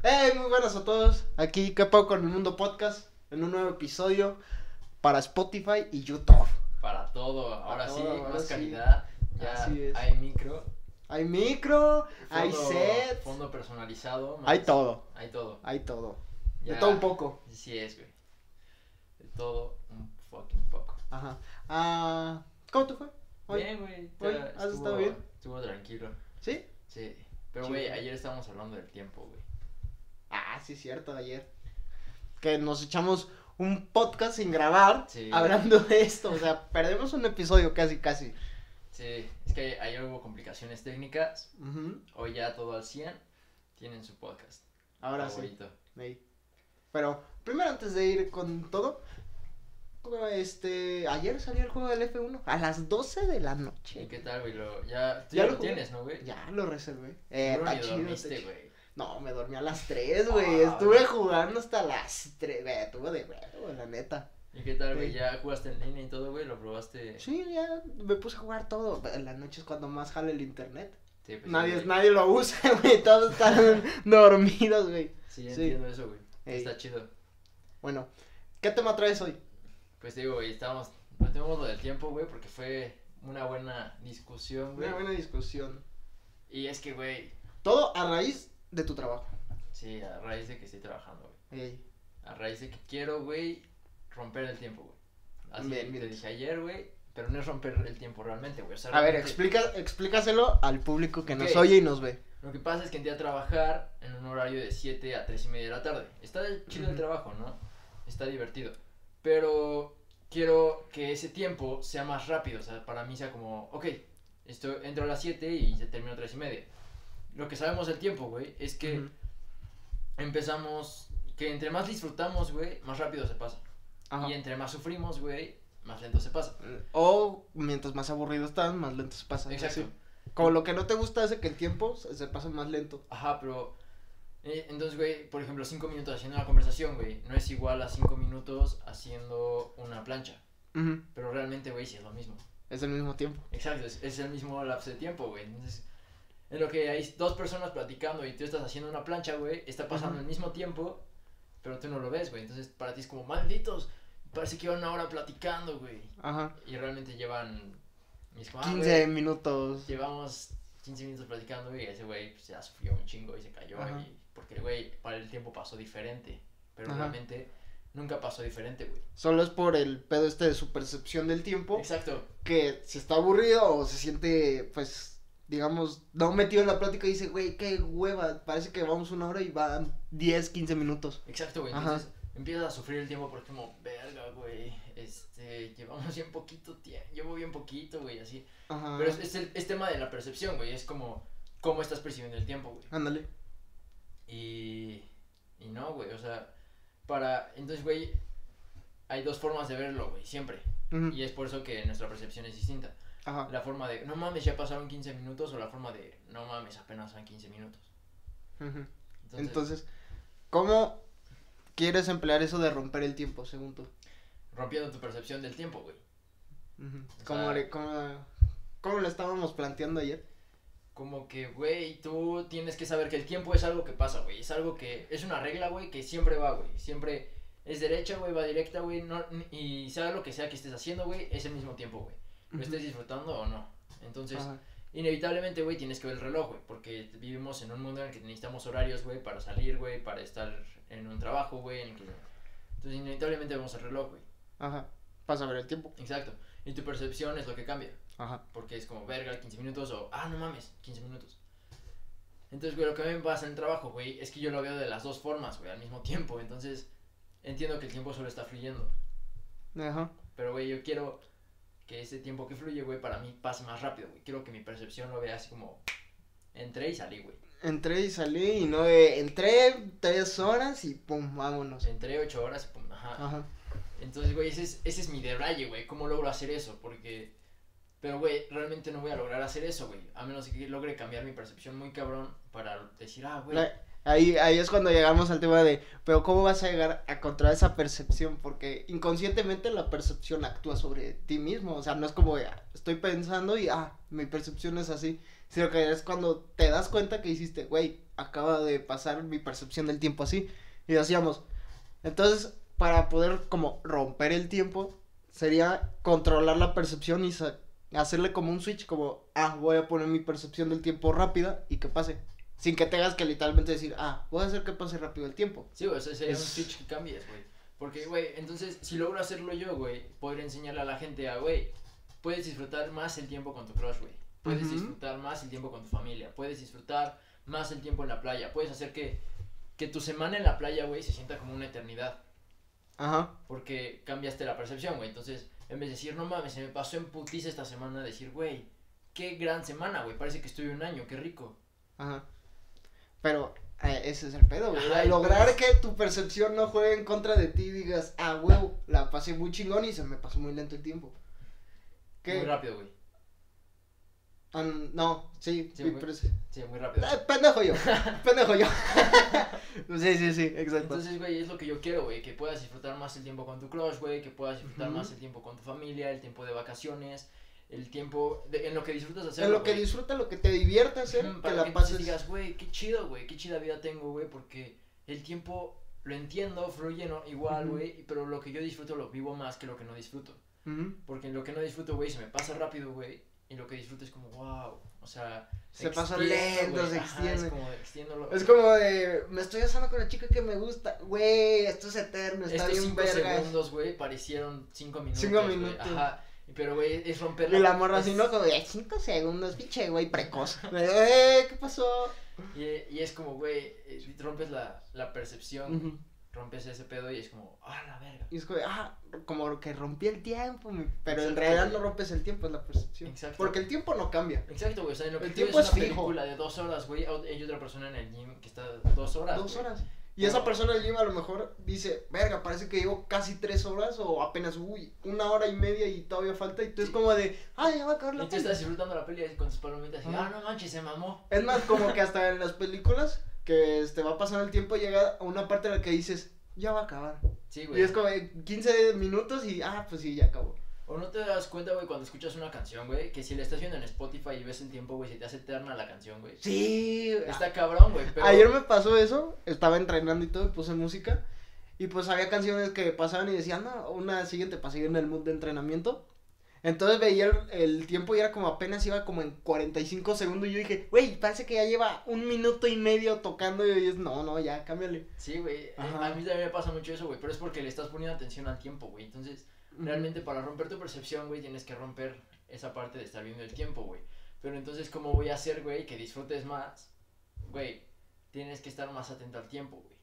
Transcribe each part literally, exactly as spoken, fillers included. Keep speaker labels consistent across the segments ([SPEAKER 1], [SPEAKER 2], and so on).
[SPEAKER 1] Hey, muy buenas a todos. Aquí, ¿qué puedo con el mundo podcast? En un nuevo episodio para Spotify y YouTube.
[SPEAKER 2] Para todo, ahora
[SPEAKER 1] Para
[SPEAKER 2] sí,
[SPEAKER 1] todo, ahora
[SPEAKER 2] más
[SPEAKER 1] sí.
[SPEAKER 2] calidad. Ya
[SPEAKER 1] Así es.
[SPEAKER 2] hay micro,
[SPEAKER 1] Hay micro, hay
[SPEAKER 2] fondo,
[SPEAKER 1] set,
[SPEAKER 2] fondo personalizado. más-
[SPEAKER 1] hay todo,
[SPEAKER 2] Hay todo.
[SPEAKER 1] hay todo.
[SPEAKER 2] Ya,
[SPEAKER 1] De todo un poco.
[SPEAKER 2] Sí es, güey. De todo un fucking poco.
[SPEAKER 1] Ajá. Ah, ¿cómo te fue? Hoy.
[SPEAKER 2] Bien, güey.
[SPEAKER 1] Hoy,
[SPEAKER 2] ya
[SPEAKER 1] ¿has
[SPEAKER 2] estuvo-
[SPEAKER 1] estado bien?
[SPEAKER 2] Estuvo tranquilo.
[SPEAKER 1] ¿Sí?
[SPEAKER 2] Sí. Pero,
[SPEAKER 1] Chido.
[SPEAKER 2] güey, ayer estábamos hablando del tiempo, güey.
[SPEAKER 1] Ah, sí, cierto, ayer. Que nos echamos un podcast sin grabar
[SPEAKER 2] Sí.
[SPEAKER 1] hablando de esto. O sea, perdemos un episodio casi, casi.
[SPEAKER 2] Sí, es que ayer hubo complicaciones técnicas.
[SPEAKER 1] Ujú.
[SPEAKER 2] Hoy ya todo al cien. Tienen su podcast.
[SPEAKER 1] Ahora sí.
[SPEAKER 2] favorito.
[SPEAKER 1] Ey. Pero primero antes de ir con todo, este, ayer salió el juego del F uno a las doce de la
[SPEAKER 2] ¿Y
[SPEAKER 1] noche.
[SPEAKER 2] qué tal, güey? Lo, ya, tú
[SPEAKER 1] ¿Ya
[SPEAKER 2] ya
[SPEAKER 1] lo
[SPEAKER 2] lo
[SPEAKER 1] jugué?
[SPEAKER 2] tienes, ¿no, güey?
[SPEAKER 1] Ya lo reservé. Eh,
[SPEAKER 2] Seguro
[SPEAKER 1] está
[SPEAKER 2] ni
[SPEAKER 1] chido,
[SPEAKER 2] dormiste,
[SPEAKER 1] está chido.
[SPEAKER 2] güey.
[SPEAKER 1] No, me dormí a las tres, güey.
[SPEAKER 2] Ah.
[SPEAKER 1] Estuve jugando hasta las tres, güey. Estuvo de huevo, la neta.
[SPEAKER 2] ¿Y qué tal, güey?
[SPEAKER 1] Sí.
[SPEAKER 2] ¿Ya jugaste en línea y todo, güey? ¿Lo probaste?
[SPEAKER 1] Sí, ya me puse a jugar todo. En la noche es cuando más jala el internet.
[SPEAKER 2] Sí, pues,
[SPEAKER 1] Nadie,
[SPEAKER 2] sí,
[SPEAKER 1] nadie lo usa, güey. Todos están dormidos, güey.
[SPEAKER 2] Sí,
[SPEAKER 1] sí.
[SPEAKER 2] entiendo eso, güey.
[SPEAKER 1] Ey.
[SPEAKER 2] Está chido.
[SPEAKER 1] Bueno, ¿qué tema traes hoy?
[SPEAKER 2] Pues te digo, güey, estábamos... Retomamos lo del tiempo, güey, porque fue una buena discusión, güey.
[SPEAKER 1] Una buena discusión.
[SPEAKER 2] Y es que, güey,
[SPEAKER 1] Todo a raíz de tu trabajo.
[SPEAKER 2] sí, a raíz de que estoy trabajando, güey.
[SPEAKER 1] Ey.
[SPEAKER 2] A raíz de que quiero, güey, romper el tiempo, güey. Así
[SPEAKER 1] Bien,
[SPEAKER 2] te
[SPEAKER 1] bien.
[SPEAKER 2] dije ayer, güey, pero no es romper el tiempo realmente, güey. O sea,
[SPEAKER 1] A ver,
[SPEAKER 2] realmente-
[SPEAKER 1] explica, explícaselo al público que nos
[SPEAKER 2] Ok.
[SPEAKER 1] oye y nos ve.
[SPEAKER 2] Lo que pasa es que entré a trabajar en un horario de siete a tres y media de la tarde. Está chido el
[SPEAKER 1] Ujú.
[SPEAKER 2] trabajo, ¿no? Está divertido. Pero quiero que ese tiempo sea más rápido. O sea, para mí sea como, ok, esto, entro a las siete y ya termino a tres y media. Lo que sabemos del tiempo, güey, es que
[SPEAKER 1] Ujú.
[SPEAKER 2] empezamos, que entre más disfrutamos, güey, más rápido se pasa.
[SPEAKER 1] Ajá.
[SPEAKER 2] Y entre más sufrimos, güey, más lento se pasa.
[SPEAKER 1] O mientras más aburrido estás, más lento se pasa.
[SPEAKER 2] Exacto.
[SPEAKER 1] Así. Como lo que no te gusta hace que el tiempo se, se pase más lento.
[SPEAKER 2] Ajá, pero eh, entonces, güey, por ejemplo, cinco minutos haciendo una conversación, güey, no es igual a cinco minutos haciendo una plancha.
[SPEAKER 1] Ujú.
[SPEAKER 2] Pero realmente, güey, sí es lo mismo.
[SPEAKER 1] Es el mismo tiempo.
[SPEAKER 2] Exacto, es, es el mismo lapso de tiempo, güey. Entonces, en lo que hay dos personas platicando y tú estás haciendo una plancha, güey, está pasando
[SPEAKER 1] Ujú.
[SPEAKER 2] el mismo tiempo, pero tú no lo ves, güey. Entonces, para ti es como, malditos, parece que llevan una hora platicando, güey.
[SPEAKER 1] Ajá.
[SPEAKER 2] Y realmente llevan, y es como, ah,
[SPEAKER 1] quince
[SPEAKER 2] güey,
[SPEAKER 1] minutos.
[SPEAKER 2] llevamos quince minutos platicando, güey, y ese güey pues, ya sufrió un chingo y se cayó,
[SPEAKER 1] Ajá.
[SPEAKER 2] y, porque, güey, para el tiempo pasó diferente, pero
[SPEAKER 1] Ajá.
[SPEAKER 2] realmente nunca pasó diferente, güey.
[SPEAKER 1] Solo es por el pedo este de su percepción del tiempo.
[SPEAKER 2] Exacto.
[SPEAKER 1] Que si está aburrido o se siente, pues, digamos, no metido en la plática y dice, güey, qué hueva. Parece que vamos una hora y van diez, quince minutos.
[SPEAKER 2] Exacto, güey.
[SPEAKER 1] Ajá.
[SPEAKER 2] Entonces empiezas a sufrir el tiempo porque como, verga, güey, este, llevamos bien poquito tiempo, llevo bien poquito, güey, así.
[SPEAKER 1] Ajá.
[SPEAKER 2] Pero es, es, el, es tema de la percepción, güey, es como, cómo estás percibiendo el tiempo, güey.
[SPEAKER 1] Ándale.
[SPEAKER 2] Y, y no, güey, o sea, para, entonces, güey, hay dos formas de verlo, güey, siempre.
[SPEAKER 1] Ujú.
[SPEAKER 2] Y es por eso que nuestra percepción es distinta.
[SPEAKER 1] Ajá.
[SPEAKER 2] La forma de, no mames, ya pasaron quince minutos, o la forma de, no mames, apenas son quince minutos.
[SPEAKER 1] Ujú.
[SPEAKER 2] Entonces,
[SPEAKER 1] Entonces, ¿cómo quieres emplear eso de romper el tiempo, según tú?
[SPEAKER 2] rompiendo tu percepción del tiempo, güey.
[SPEAKER 1] Ujú.
[SPEAKER 2] O
[SPEAKER 1] ¿Cómo,
[SPEAKER 2] sea-
[SPEAKER 1] le, cómo, cómo lo estábamos planteando ayer?
[SPEAKER 2] Como que, güey, tú tienes que saber que el tiempo es algo que pasa, güey. Es algo que, es una regla, güey, que siempre va, güey. Siempre es derecha, güey, va directa, güey. No, y sea lo que sea que estés haciendo, güey, es el mismo tiempo, güey. Lo
[SPEAKER 1] Ujú.
[SPEAKER 2] estés disfrutando o no. Entonces,
[SPEAKER 1] Ajá.
[SPEAKER 2] inevitablemente, güey, tienes que ver el reloj, güey. Porque vivimos en un mundo en el que necesitamos horarios, güey, para salir, güey, para estar en un trabajo, güey. En el que... Entonces, inevitablemente vemos el reloj, güey.
[SPEAKER 1] Ajá. Para saber el tiempo.
[SPEAKER 2] Exacto. Y tu percepción es lo que cambia.
[SPEAKER 1] Ajá.
[SPEAKER 2] Porque es como, verga, quince minutos o, ah, no mames, quince minutos. Entonces, güey, lo que a mí me pasa en el trabajo, güey, es que yo lo veo de las dos formas, güey, al mismo tiempo. Entonces, entiendo que el tiempo solo está fluyendo.
[SPEAKER 1] Ajá.
[SPEAKER 2] Pero, güey, yo quiero que ese tiempo que fluye, güey, para mí pase más rápido, güey. Quiero que mi percepción lo vea así como, entré y salí, güey.
[SPEAKER 1] Entré y salí y no, eh, entré tres horas y pum, vámonos.
[SPEAKER 2] Entré ocho horas y pum, ajá.
[SPEAKER 1] Ajá.
[SPEAKER 2] Entonces, güey, ese es, ese es mi detalle, güey. ¿Cómo logro hacer eso? Porque, pero, güey, realmente no voy a lograr hacer eso, güey. A menos que logre cambiar mi percepción muy cabrón para decir, ah, güey.
[SPEAKER 1] La, Ahí, ahí es cuando llegamos al tema de, pero ¿cómo vas a llegar a controlar esa percepción? Porque inconscientemente la percepción actúa sobre ti mismo, o sea, no es como, ah, estoy pensando y, ah, mi percepción es así, sino que es cuando te das cuenta que hiciste, güey, acaba de pasar mi percepción del tiempo así, y decíamos, entonces, para poder como romper el tiempo, sería controlar la percepción y sa- hacerle como un switch, como, ah, voy a poner mi percepción del tiempo rápida y que pase. Sin que tengas que literalmente decir, ah, voy a hacer que pase rápido el tiempo.
[SPEAKER 2] Sí, güey, o sea, sería
[SPEAKER 1] Es-
[SPEAKER 2] un switch que cambies, güey. Porque, güey, entonces, si logro hacerlo yo, güey, podría enseñarle a la gente a, güey, puedes disfrutar más el tiempo con tu crush, güey. Puedes
[SPEAKER 1] Ujú.
[SPEAKER 2] disfrutar más el tiempo con tu familia. Puedes disfrutar más el tiempo en la playa. Puedes hacer que, que tu semana en la playa, güey, se sienta como una eternidad.
[SPEAKER 1] Ajá.
[SPEAKER 2] Porque cambiaste la percepción, güey. Entonces, en vez de decir, no mames, se me pasó en putiza esta semana, decir, güey, qué gran semana, güey. Parece que estuve un año, qué rico.
[SPEAKER 1] Ajá. Pero eh, ese es el pedo, güey.
[SPEAKER 2] Ajá, y
[SPEAKER 1] Lograr
[SPEAKER 2] pues-
[SPEAKER 1] que tu percepción no juegue en contra de ti y digas, ah, huevo, la pasé muy chingón y se me pasó muy lento el tiempo. ¿Qué?
[SPEAKER 2] Muy rápido, güey.
[SPEAKER 1] Ah, no, sí,
[SPEAKER 2] Sí,
[SPEAKER 1] sí,
[SPEAKER 2] muy-
[SPEAKER 1] pero sí.
[SPEAKER 2] Sí, muy rápido.
[SPEAKER 1] Eh, pendejo yo, pendejo yo. Sí, sí, sí, exacto.
[SPEAKER 2] Entonces, güey, es lo que yo quiero, güey, que puedas disfrutar más el tiempo con tu crush, güey, que puedas disfrutar
[SPEAKER 1] Ujú.
[SPEAKER 2] más el tiempo con tu familia, el tiempo de vacaciones, el tiempo de- en lo que disfrutas hacer.
[SPEAKER 1] En lo que disfruta, lo que te divierte hacer, que
[SPEAKER 2] Para
[SPEAKER 1] la
[SPEAKER 2] que entonces
[SPEAKER 1] pases.
[SPEAKER 2] digas, güey, qué chido, güey, qué chida vida tengo, güey, porque el tiempo lo entiendo, fluye no, igual,
[SPEAKER 1] Ujú.
[SPEAKER 2] güey, pero lo que yo disfruto lo vivo más que lo que no disfruto.
[SPEAKER 1] Ujú.
[SPEAKER 2] Porque lo que no disfruto, güey, se me pasa rápido, güey, y lo que disfruto es como, wow, o sea,
[SPEAKER 1] Se pasa
[SPEAKER 2] extiendo,
[SPEAKER 1] lento,
[SPEAKER 2] güey,
[SPEAKER 1] se
[SPEAKER 2] ajá,
[SPEAKER 1] extiende.
[SPEAKER 2] Es como extiéndolo.
[SPEAKER 1] Es como de, me estoy asando con la chica que me gusta, güey, esto es eterno, está
[SPEAKER 2] Estos
[SPEAKER 1] bien
[SPEAKER 2] cinco
[SPEAKER 1] verga.
[SPEAKER 2] segundos, güey, parecieron cinco minutos.
[SPEAKER 1] Cinco
[SPEAKER 2] güey,
[SPEAKER 1] minutos.
[SPEAKER 2] Ajá. Pero, güey, es romper
[SPEAKER 1] Y la morra
[SPEAKER 2] es-
[SPEAKER 1] así, ¿no? Como de, cinco segundos, pinche güey precoz. Eh, ¿qué pasó?
[SPEAKER 2] Y, y es como, güey, eh, rompes la, la percepción,
[SPEAKER 1] Ujú.
[SPEAKER 2] rompes ese pedo y es como, ah, la verga.
[SPEAKER 1] Y es como, de, ah, como que rompí el tiempo, mi- pero en
[SPEAKER 2] Exacto,
[SPEAKER 1] realidad
[SPEAKER 2] güey.
[SPEAKER 1] no rompes el tiempo, es la percepción.
[SPEAKER 2] Exacto.
[SPEAKER 1] Porque el tiempo no cambia.
[SPEAKER 2] Exacto, güey, o sea, en lo que
[SPEAKER 1] El
[SPEAKER 2] tú
[SPEAKER 1] tiempo
[SPEAKER 2] ves
[SPEAKER 1] es
[SPEAKER 2] una
[SPEAKER 1] fijo.
[SPEAKER 2] película de dos horas, güey, hay otra persona en el gym que está dos horas.
[SPEAKER 1] Dos
[SPEAKER 2] güey.
[SPEAKER 1] horas. Y
[SPEAKER 2] Pero-
[SPEAKER 1] esa persona del gym a lo mejor dice, verga, parece que llevo casi tres horas o apenas, uy, una hora y media y todavía falta. Y tú es
[SPEAKER 2] Sí.
[SPEAKER 1] como de, ay, ya va a acabar
[SPEAKER 2] Y
[SPEAKER 1] la
[SPEAKER 2] tú
[SPEAKER 1] peli.
[SPEAKER 2] estás disfrutando la peli así con tus palomitas y,
[SPEAKER 1] Ajá.
[SPEAKER 2] ah, no manches, se mamó.
[SPEAKER 1] Es más, como que hasta en las películas, que este, va pasando el tiempo, llega a una parte en la que dices, ya va a acabar.
[SPEAKER 2] Sí,
[SPEAKER 1] Y
[SPEAKER 2] güey.
[SPEAKER 1] es como de quince minutos y, ah, pues sí, ya acabó.
[SPEAKER 2] O no te das cuenta, güey, cuando escuchas una canción, güey, que si la estás viendo en Spotify y ves el tiempo, güey, se te hace eterna la canción, güey.
[SPEAKER 1] Sí.
[SPEAKER 2] Está cabrón, güey, pero...
[SPEAKER 1] Ayer me pasó eso, estaba entrenando y todo, y puse música. Y pues había canciones que pasaban y decían, no, una siguiente para seguir en el mood de entrenamiento. Entonces veía el, el tiempo y era como apenas iba como en cuarenta y cinco segundos. Y yo dije, güey, parece que ya lleva un minuto y medio tocando. Y es, no, no, ya, cámbiale.
[SPEAKER 2] Sí, güey,
[SPEAKER 1] Ajá.
[SPEAKER 2] a mí también me pasa mucho eso, güey, pero es porque le estás poniendo atención al tiempo, güey. Entonces, realmente para romper tu percepción, güey, tienes que romper esa parte de estar viendo el tiempo, güey. Pero entonces, ¿cómo voy a hacer, güey, que disfrutes más? Güey, tienes que estar más atento al tiempo, güey.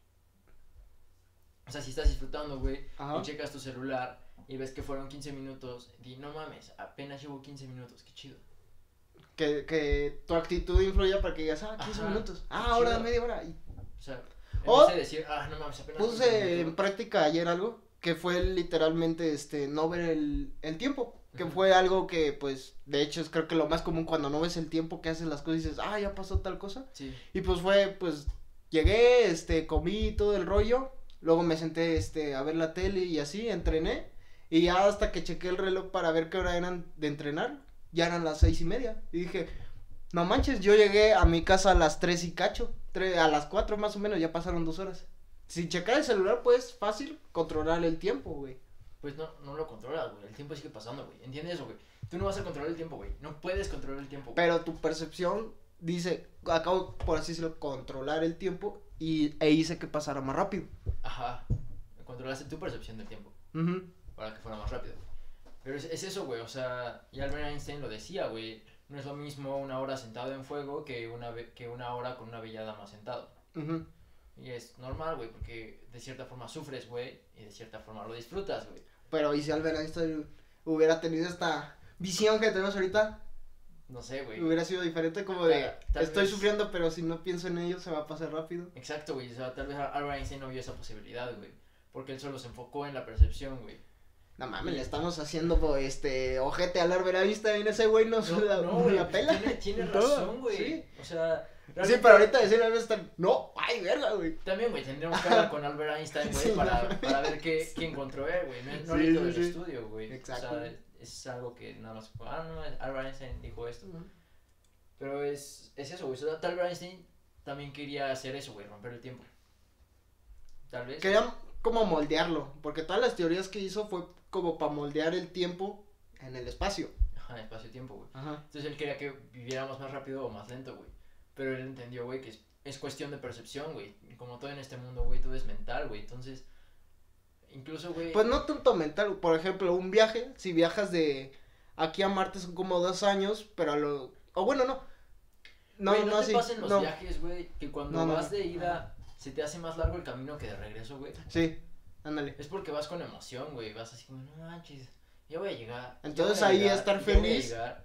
[SPEAKER 2] O sea, si estás disfrutando, güey,
[SPEAKER 1] Ajá.
[SPEAKER 2] y checas tu celular y ves que fueron quince minutos, di, no mames, apenas llevo quince minutos, qué chido.
[SPEAKER 1] Que, que tu actitud influya para que digas, ah, quince
[SPEAKER 2] Ajá,
[SPEAKER 1] minutos.
[SPEAKER 2] qué
[SPEAKER 1] Ah, ahora
[SPEAKER 2] chido.
[SPEAKER 1] media hora. Y
[SPEAKER 2] O sea, en
[SPEAKER 1] O-
[SPEAKER 2] vez de decir, ah, no mames, apenas quince
[SPEAKER 1] puse en
[SPEAKER 2] minutos.
[SPEAKER 1] práctica ayer algo que fue literalmente este no ver el, el tiempo, que
[SPEAKER 2] Ujú.
[SPEAKER 1] fue algo que pues de hecho es creo que lo más común cuando no ves el tiempo que haces las cosas y dices, ah, ya pasó tal cosa.
[SPEAKER 2] Sí,
[SPEAKER 1] Y pues fue pues llegué, este comí todo el rollo, luego me senté este a ver la tele y así entrené y ya hasta que chequé el reloj para ver qué hora eran de entrenar, ya eran las seis y media y dije, no manches, yo llegué a mi casa a las tres y cacho, tre- a las cuatro más o menos, ya pasaron dos horas. Sin checar el celular, pues, fácil controlar el tiempo, güey.
[SPEAKER 2] pues no, no lo controlas, güey, el tiempo sigue pasando, güey, ¿entiendes eso, güey? Tú no vas a controlar el tiempo, güey, no puedes controlar el tiempo, güey.
[SPEAKER 1] Pero tu percepción dice, acabo, por así decirlo, controlar el tiempo y, e hice que pasara más rápido.
[SPEAKER 2] Ajá, controlaste tu percepción del tiempo
[SPEAKER 1] Ujú.
[SPEAKER 2] para que fuera más rápido. Pero es, es eso, güey, o sea, y Albert Einstein lo decía, güey, no es lo mismo una hora sentado en fuego que una, ve- que una hora con una bella dama sentado.
[SPEAKER 1] Ujú.
[SPEAKER 2] Y es normal, güey, porque de cierta forma sufres, güey, y de cierta forma lo disfrutas, güey.
[SPEAKER 1] Pero, ¿y si Albert Einstein hubiera tenido esta visión que tenemos ahorita?
[SPEAKER 2] No sé, güey.
[SPEAKER 1] Hubiera sido diferente, como de,
[SPEAKER 2] Tal- tal
[SPEAKER 1] estoy
[SPEAKER 2] vez-
[SPEAKER 1] sufriendo, pero si no pienso en ello, se va a pasar rápido.
[SPEAKER 2] Exacto, güey, o sea, tal vez Albert Einstein no vio esa posibilidad, güey, porque él solo se enfocó en la percepción, güey.
[SPEAKER 1] No mames, le estamos haciendo, pues, este, ojete al Albert Einstein, ese güey nos
[SPEAKER 2] No,
[SPEAKER 1] la,
[SPEAKER 2] no,
[SPEAKER 1] nos
[SPEAKER 2] güey,
[SPEAKER 1] la pela.
[SPEAKER 2] tiene, tiene
[SPEAKER 1] Todo,
[SPEAKER 2] razón, güey.
[SPEAKER 1] sí.
[SPEAKER 2] O sea,
[SPEAKER 1] Sí, pero ahorita decir Albert Einstein, no, ay, verga, güey.
[SPEAKER 2] También, güey, tendríamos que hablar con Albert Einstein, güey,
[SPEAKER 1] Sí,
[SPEAKER 2] para,
[SPEAKER 1] no.
[SPEAKER 2] para ver qué, qué encontró él, güey. No, no
[SPEAKER 1] Sí,
[SPEAKER 2] necesito
[SPEAKER 1] sí,
[SPEAKER 2] del
[SPEAKER 1] sí.
[SPEAKER 2] estudio, güey.
[SPEAKER 1] Exacto.
[SPEAKER 2] O sea, es algo que nada más, ah, no, Albert Einstein dijo esto.
[SPEAKER 1] Ujú.
[SPEAKER 2] Pero es, es eso, güey. O sea, tal vez Einstein también quería hacer eso, güey, romper el tiempo. Tal vez.
[SPEAKER 1] Querían como moldearlo, porque todas las teorías que hizo fue como para moldear el tiempo en el espacio.
[SPEAKER 2] Ajá, espacio-tiempo, güey.
[SPEAKER 1] Ajá.
[SPEAKER 2] Entonces él quería que viviéramos más rápido o más lento, güey. Pero él entendió, güey, que es, es cuestión de percepción, güey. Como todo en este mundo, güey, todo es mental, güey. Entonces, incluso, güey.
[SPEAKER 1] Pues no tanto mental, por ejemplo, un viaje, si viajas de aquí a Marte son como dos años, pero a lo... O bueno, no. No,
[SPEAKER 2] Güey,
[SPEAKER 1] no,
[SPEAKER 2] no te
[SPEAKER 1] así,
[SPEAKER 2] pasen los
[SPEAKER 1] no.
[SPEAKER 2] viajes, güey, que cuando
[SPEAKER 1] No, no,
[SPEAKER 2] vas
[SPEAKER 1] no.
[SPEAKER 2] de ida se te hace más largo el camino que de regreso, güey.
[SPEAKER 1] Sí, ándale.
[SPEAKER 2] Es porque vas con emoción, güey. Vas así como, no manches, ya voy a llegar. ya
[SPEAKER 1] Entonces
[SPEAKER 2] voy a
[SPEAKER 1] ahí
[SPEAKER 2] llegar,
[SPEAKER 1] estar
[SPEAKER 2] ya voy a
[SPEAKER 1] feliz.
[SPEAKER 2] llegar".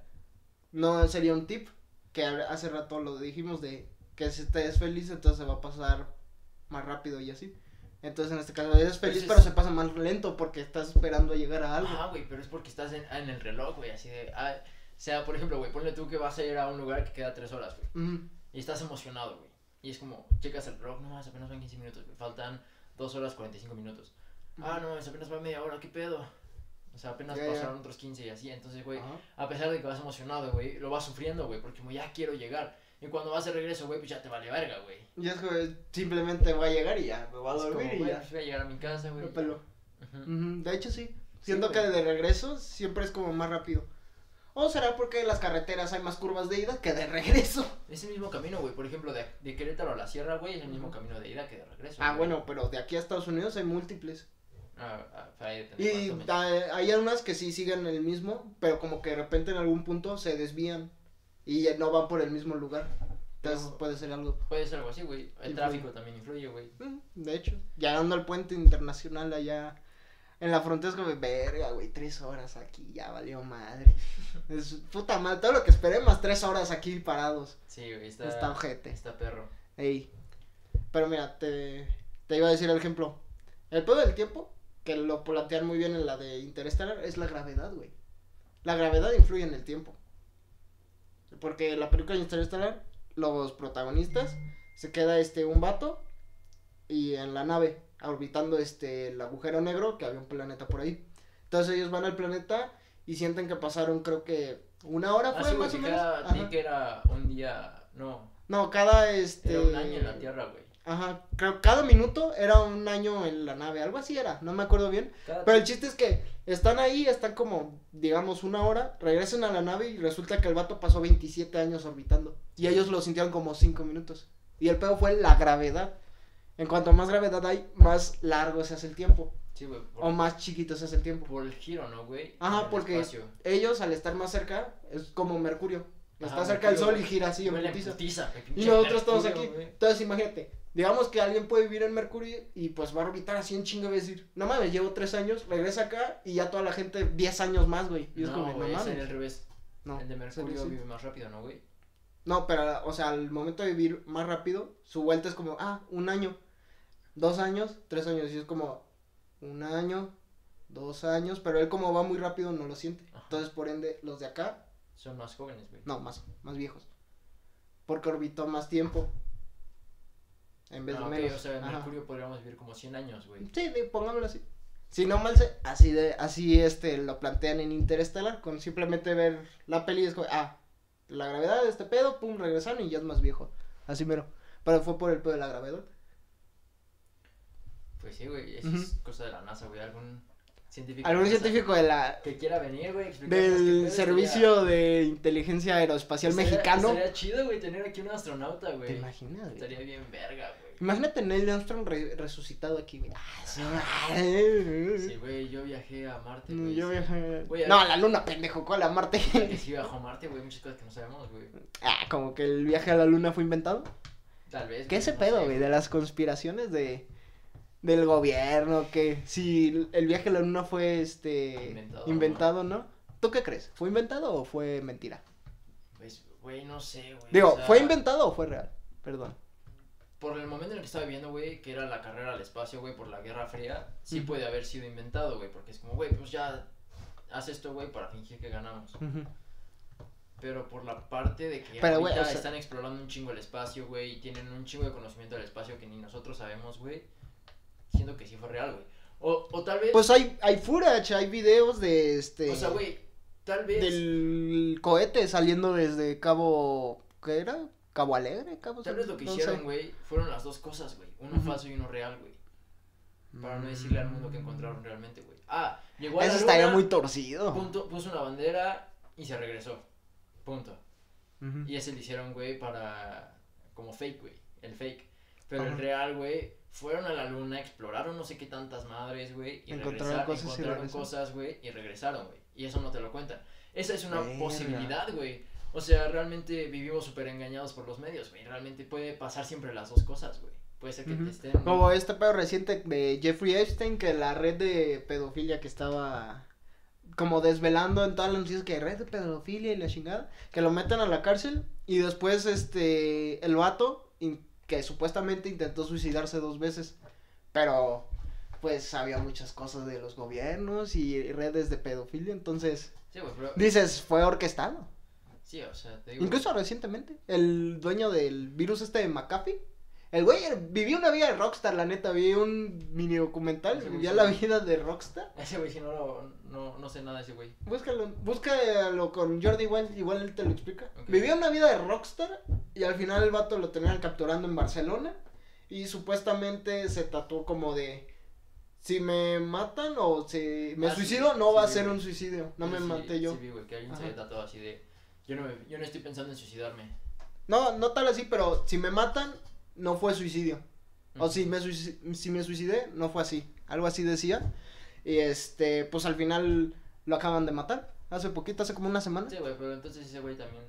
[SPEAKER 1] No sería un tip, que hace rato lo dijimos de que si estés feliz, entonces se va a pasar más rápido y así. Entonces en este caso eres feliz,
[SPEAKER 2] Pues
[SPEAKER 1] pero
[SPEAKER 2] es-
[SPEAKER 1] se pasa más lento porque estás esperando a llegar a algo.
[SPEAKER 2] Ah, güey, pero es porque estás en, en el reloj, güey, así de, ah, o sea, por ejemplo, güey, ponle tú que vas a ir a un lugar que queda tres horas, güey,
[SPEAKER 1] Ujú.
[SPEAKER 2] y estás emocionado, güey, y es como, checas el reloj, no más, apenas van quince minutos, güey, faltan dos horas cuarenta y cinco minutos, ah, no, mames, apenas va media hora, ¿qué pedo? O sea, apenas
[SPEAKER 1] Ya, ya.
[SPEAKER 2] pasaron otros quince y así, entonces, güey,
[SPEAKER 1] Ajá.
[SPEAKER 2] a pesar de que vas emocionado, güey, lo vas sufriendo, güey, porque como ya quiero llegar, y cuando vas de regreso, güey, pues ya te vale verga, güey.
[SPEAKER 1] Y es que simplemente va a llegar y ya, me va a
[SPEAKER 2] Es como,
[SPEAKER 1] dormir y
[SPEAKER 2] güey,
[SPEAKER 1] ya.
[SPEAKER 2] pues voy a llegar a mi casa, güey.
[SPEAKER 1] Me peló.
[SPEAKER 2] Ujú.
[SPEAKER 1] Ujú, de hecho sí, siento
[SPEAKER 2] güey.
[SPEAKER 1] que de regreso siempre es como más rápido. O será porque en las carreteras hay más curvas de ida que de regreso.
[SPEAKER 2] Es el mismo camino, güey, por ejemplo, de, de Querétaro a la sierra, güey, es el mismo
[SPEAKER 1] Ujú.
[SPEAKER 2] camino de ida que de regreso.
[SPEAKER 1] Ah,
[SPEAKER 2] güey.
[SPEAKER 1] bueno, pero de aquí a Estados Unidos hay múltiples.
[SPEAKER 2] Ah, ah, para ahí de
[SPEAKER 1] Y
[SPEAKER 2] cuánto me-
[SPEAKER 1] ah, hay unas que sí siguen el mismo, pero como que de repente en algún punto se desvían y ya no van por el mismo lugar. Entonces
[SPEAKER 2] Pero-
[SPEAKER 1] puede ser algo.
[SPEAKER 2] Puede ser algo así, güey. El
[SPEAKER 1] Influye.
[SPEAKER 2] tráfico también influye, güey.
[SPEAKER 1] Mm, De hecho, llegando al puente internacional allá en la frontera es como, verga, güey, tres horas aquí, ya valió madre. Es puta madre, todo lo que esperé más tres horas aquí parados.
[SPEAKER 2] Sí, güey, está,
[SPEAKER 1] Está ojete.
[SPEAKER 2] está perro.
[SPEAKER 1] Ey. Pero mira, te, te iba a decir el ejemplo. El pedo del tiempo, que lo plantean muy bien en la de Interstellar, es la gravedad, güey. La gravedad influye en el tiempo. Porque la película de Interstellar, los protagonistas, se queda este un vato y en la nave, orbitando este el agujero negro, que había un planeta por ahí. Entonces ellos van al planeta y sienten que pasaron, creo que una hora
[SPEAKER 2] Ah,
[SPEAKER 1] fue
[SPEAKER 2] sí, güey,
[SPEAKER 1] más o
[SPEAKER 2] que
[SPEAKER 1] menos.
[SPEAKER 2] cada,
[SPEAKER 1] Ajá.
[SPEAKER 2] vi que era un día, no,
[SPEAKER 1] No, cada este.
[SPEAKER 2] era un año en la Tierra, güey.
[SPEAKER 1] Ajá, creo que cada minuto era un año en la nave, algo así era, no me acuerdo bien.
[SPEAKER 2] Cada
[SPEAKER 1] Pero el chiste es que están ahí, están como, digamos, una hora, regresan a la nave y resulta que el vato pasó veintisiete años orbitando. Y ellos lo sintieron como cinco minutos. Y el pedo fue la gravedad. En cuanto más gravedad hay, más largo se hace el tiempo.
[SPEAKER 2] Sí, güey, por,
[SPEAKER 1] O más chiquito se hace el tiempo.
[SPEAKER 2] por el giro, ¿no, güey?
[SPEAKER 1] Ajá,
[SPEAKER 2] En el
[SPEAKER 1] porque
[SPEAKER 2] espacio.
[SPEAKER 1] ellos al estar más cerca, es como Mercurio. Está
[SPEAKER 2] Ajá,
[SPEAKER 1] cerca del
[SPEAKER 2] Mercurio,
[SPEAKER 1] sol y gira así en
[SPEAKER 2] Huele en
[SPEAKER 1] putiza.
[SPEAKER 2] putiza, güey,
[SPEAKER 1] Y
[SPEAKER 2] pinche
[SPEAKER 1] nosotros estamos
[SPEAKER 2] Mercurio,
[SPEAKER 1] aquí.
[SPEAKER 2] güey.
[SPEAKER 1] Entonces, imagínate, digamos que alguien puede vivir en Mercurio y pues va a orbitar así en chingo y va a decir, no mames, llevo tres años, regresa acá y ya toda la gente diez años más, güey. Y es
[SPEAKER 2] No,
[SPEAKER 1] como, no
[SPEAKER 2] güey, es
[SPEAKER 1] mames.
[SPEAKER 2] al revés.
[SPEAKER 1] No,
[SPEAKER 2] El de Mercurio
[SPEAKER 1] sí, sí.
[SPEAKER 2] vive más rápido, ¿no, güey?
[SPEAKER 1] No, pero, o sea, al momento de vivir más rápido, su vuelta es como, ah, un año, dos años, tres años. Y es como, un año, dos años, pero él como va muy rápido no lo siente.
[SPEAKER 2] Ajá.
[SPEAKER 1] Entonces, por ende, los de acá,
[SPEAKER 2] Son más jóvenes, güey.
[SPEAKER 1] no, más, más viejos. Porque orbitó más tiempo. En vez
[SPEAKER 2] Ah,
[SPEAKER 1] de
[SPEAKER 2] ok,
[SPEAKER 1] menos.
[SPEAKER 2] o sea, en
[SPEAKER 1] Ajá.
[SPEAKER 2] Mercurio podríamos vivir como cien años, güey.
[SPEAKER 1] Sí, de- pongámoslo así. Si no mal sé, así de, así este lo plantean en Interstellar, con simplemente ver la peli es como, ah, la gravedad de este pedo, pum, regresaron y ya es más viejo. Así mero. Pero fue por el pedo de la gravedad.
[SPEAKER 2] Pues sí, güey, eso
[SPEAKER 1] Ujú.
[SPEAKER 2] es cosa de la NASA, güey. Algún científico.
[SPEAKER 1] Algún
[SPEAKER 2] de NASA
[SPEAKER 1] científico de la
[SPEAKER 2] que quiera venir, güey, explicarnos qué
[SPEAKER 1] del
[SPEAKER 2] pedo,
[SPEAKER 1] servicio de inteligencia aeroespacial
[SPEAKER 2] estaría-
[SPEAKER 1] mexicano.
[SPEAKER 2] Estaría chido, güey, tener aquí un astronauta, güey.
[SPEAKER 1] ¿Te imaginas? güey?
[SPEAKER 2] Estaría bien verga, güey.
[SPEAKER 1] Imagínate Neil Armstrong re- resucitado aquí, güey. Ah, sí.
[SPEAKER 2] Sí, güey, yo viajé a Marte,
[SPEAKER 1] No,
[SPEAKER 2] güey.
[SPEAKER 1] yo
[SPEAKER 2] sí.
[SPEAKER 1] viajé.
[SPEAKER 2] Güey, a-
[SPEAKER 1] No, a la luna, pendejo, ¿cuál a Marte?
[SPEAKER 2] Que sí viajó a Marte, güey, muchas cosas que no sabemos, güey.
[SPEAKER 1] Ah, como que el viaje a la luna fue inventado.
[SPEAKER 2] Tal vez.
[SPEAKER 1] ¿Qué
[SPEAKER 2] güey,
[SPEAKER 1] ese
[SPEAKER 2] no
[SPEAKER 1] pedo,
[SPEAKER 2] sé,
[SPEAKER 1] güey? De las conspiraciones de del gobierno, que si el viaje a la luna fue este
[SPEAKER 2] Inventado,
[SPEAKER 1] inventado, ¿no? ¿Tú qué crees? ¿Fue inventado o fue mentira?
[SPEAKER 2] Pues, güey, no sé, güey.
[SPEAKER 1] Digo,
[SPEAKER 2] o sea,
[SPEAKER 1] ¿fue inventado o fue real? Perdón.
[SPEAKER 2] Por el momento en el que estaba viviendo, güey, que era la carrera al espacio, güey, por la Guerra Fría, sí
[SPEAKER 1] Ujú.
[SPEAKER 2] puede haber sido inventado, güey, porque es como, güey, pues ya haz esto, güey, para fingir que ganamos.
[SPEAKER 1] Ujú.
[SPEAKER 2] pero por la parte de que
[SPEAKER 1] Pero,
[SPEAKER 2] ahorita
[SPEAKER 1] güey, o sea,
[SPEAKER 2] están explorando un chingo el espacio, güey, y tienen un chingo de conocimiento del espacio que ni nosotros sabemos, güey, siento que sí fue real, güey. O, o tal vez...
[SPEAKER 1] pues hay, hay footage, hay videos de este.
[SPEAKER 2] O sea, güey, tal vez...
[SPEAKER 1] Del cohete saliendo desde Cabo. ¿Qué era? Cabo Alegre, Cabo.
[SPEAKER 2] Tal vez lo que
[SPEAKER 1] no
[SPEAKER 2] hicieron,
[SPEAKER 1] sé.
[SPEAKER 2] güey, fueron las dos cosas, güey. Uno
[SPEAKER 1] Ujú.
[SPEAKER 2] falso y uno real, güey. Para no decirle al mundo que encontraron realmente, güey. Ah, llegó a
[SPEAKER 1] Eso
[SPEAKER 2] la
[SPEAKER 1] estaría
[SPEAKER 2] luna,
[SPEAKER 1] muy torcido.
[SPEAKER 2] punto, puso una bandera y se regresó. Punto.
[SPEAKER 1] Ujú.
[SPEAKER 2] Y ese lo hicieron, güey, para... Como fake, güey. El fake. Pero
[SPEAKER 1] Ajá.
[SPEAKER 2] el real, güey, fueron a la luna, exploraron no sé qué tantas madres, güey. Y
[SPEAKER 1] Encontraron
[SPEAKER 2] regresaron,
[SPEAKER 1] cosas y
[SPEAKER 2] encontraron
[SPEAKER 1] regresaron.
[SPEAKER 2] cosas, güey, y regresaron, güey. Y eso no te lo cuentan. Esa es una
[SPEAKER 1] Verga.
[SPEAKER 2] posibilidad, güey. O sea, realmente vivimos súper engañados por los medios, güey. Realmente puede pasar siempre las dos cosas, güey. Puede ser que
[SPEAKER 1] Ujú.
[SPEAKER 2] te estén...
[SPEAKER 1] Como este pedo reciente de Jeffrey Epstein, que la red de pedofilia que estaba como desvelando en todas las noticias que red de pedofilia y la chingada, que lo meten a la cárcel y después este el vato in- que supuestamente intentó suicidarse dos veces, pero pues había muchas cosas de los gobiernos y redes de pedofilia, entonces
[SPEAKER 2] Sí, güey, pero...
[SPEAKER 1] dices fue orquestado.
[SPEAKER 2] Sí, o sea, te digo...
[SPEAKER 1] Incluso recientemente, el dueño del virus este de McAfee, el güey vivía una vida de rockstar, la neta, vi un mini documental,
[SPEAKER 2] Ese güey
[SPEAKER 1] vivía
[SPEAKER 2] sí.
[SPEAKER 1] la vida de rockstar.
[SPEAKER 2] Ese güey, si no, lo- no, no sé nada de ese güey.
[SPEAKER 1] Búscalo, búscalo con Jordi Wild, igual él te lo explica.
[SPEAKER 2] Ok.
[SPEAKER 1] Vivía una vida de rockstar y al final el vato lo tenían capturando en Barcelona y supuestamente se tatuó como de si me matan o si me
[SPEAKER 2] Ah, sí,
[SPEAKER 1] suicido no
[SPEAKER 2] sí,
[SPEAKER 1] va a
[SPEAKER 2] vi,
[SPEAKER 1] ser
[SPEAKER 2] güey.
[SPEAKER 1] un suicidio, no me
[SPEAKER 2] Sí,
[SPEAKER 1] maté yo.
[SPEAKER 2] Sí, vi, güey, que alguien se
[SPEAKER 1] Ajá.
[SPEAKER 2] había tatuado así de... Yo no, me, yo no estoy pensando en suicidarme.
[SPEAKER 1] No, no tal así, pero si me matan no fue suicidio. O
[SPEAKER 2] Ujú.
[SPEAKER 1] si me, suici- si me suicidé, no fue así. Algo así decía. Y este, pues al final lo acaban de matar. Hace poquito, hace como una semana.
[SPEAKER 2] Sí, güey, pero entonces ese güey también...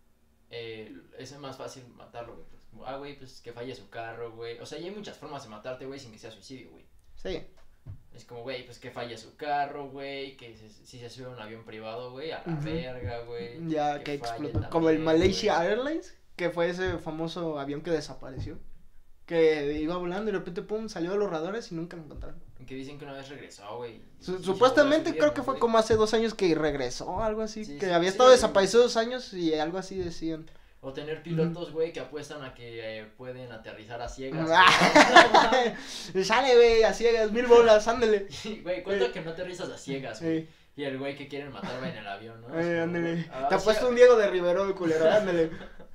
[SPEAKER 2] Eh, es más fácil matarlo, güey. Pues, como, ah, güey, pues que falle su carro, güey. O sea, y hay muchas formas de matarte, güey, sin que sea suicidio, güey.
[SPEAKER 1] Sí.
[SPEAKER 2] Es como, güey, pues que falle su carro, güey. Que se- si se sube a un avión privado, güey, a la
[SPEAKER 1] Ujú.
[SPEAKER 2] verga, güey.
[SPEAKER 1] Ya que,
[SPEAKER 2] falle
[SPEAKER 1] explotó. Como el
[SPEAKER 2] también,
[SPEAKER 1] Malaysia
[SPEAKER 2] güey.
[SPEAKER 1] Airlines, que fue ese famoso avión que desapareció. Que iba volando y de repente, pum, salió de los radares y nunca lo encontraron.
[SPEAKER 2] Que dicen que una vez regresó, güey.
[SPEAKER 1] Su-
[SPEAKER 2] y- y se
[SPEAKER 1] supuestamente
[SPEAKER 2] volvió a
[SPEAKER 1] creo
[SPEAKER 2] subir,
[SPEAKER 1] que
[SPEAKER 2] ¿no,
[SPEAKER 1] fue
[SPEAKER 2] güey?
[SPEAKER 1] como hace dos años que regresó, algo así.
[SPEAKER 2] Sí,
[SPEAKER 1] que
[SPEAKER 2] sí,
[SPEAKER 1] había
[SPEAKER 2] sí,
[SPEAKER 1] estado
[SPEAKER 2] lo vi.
[SPEAKER 1] desaparecido dos años y algo así decían.
[SPEAKER 2] O tener pilotos, güey, que apuestan a que eh, pueden aterrizar a ciegas.
[SPEAKER 1] Sale, güey, a ciegas, mil bolas, ándale.
[SPEAKER 2] güey. Güey, cuenta que no aterrizas a ciegas, güey.
[SPEAKER 1] Sí.
[SPEAKER 2] Y el güey que quieren matar va en el avión, ¿no?
[SPEAKER 1] Eh,
[SPEAKER 2] Es como,
[SPEAKER 1] ándale.
[SPEAKER 2] güey, ah,
[SPEAKER 1] Te ha
[SPEAKER 2] sí,
[SPEAKER 1] puesto un Diego de Rivero, el culero, ándale.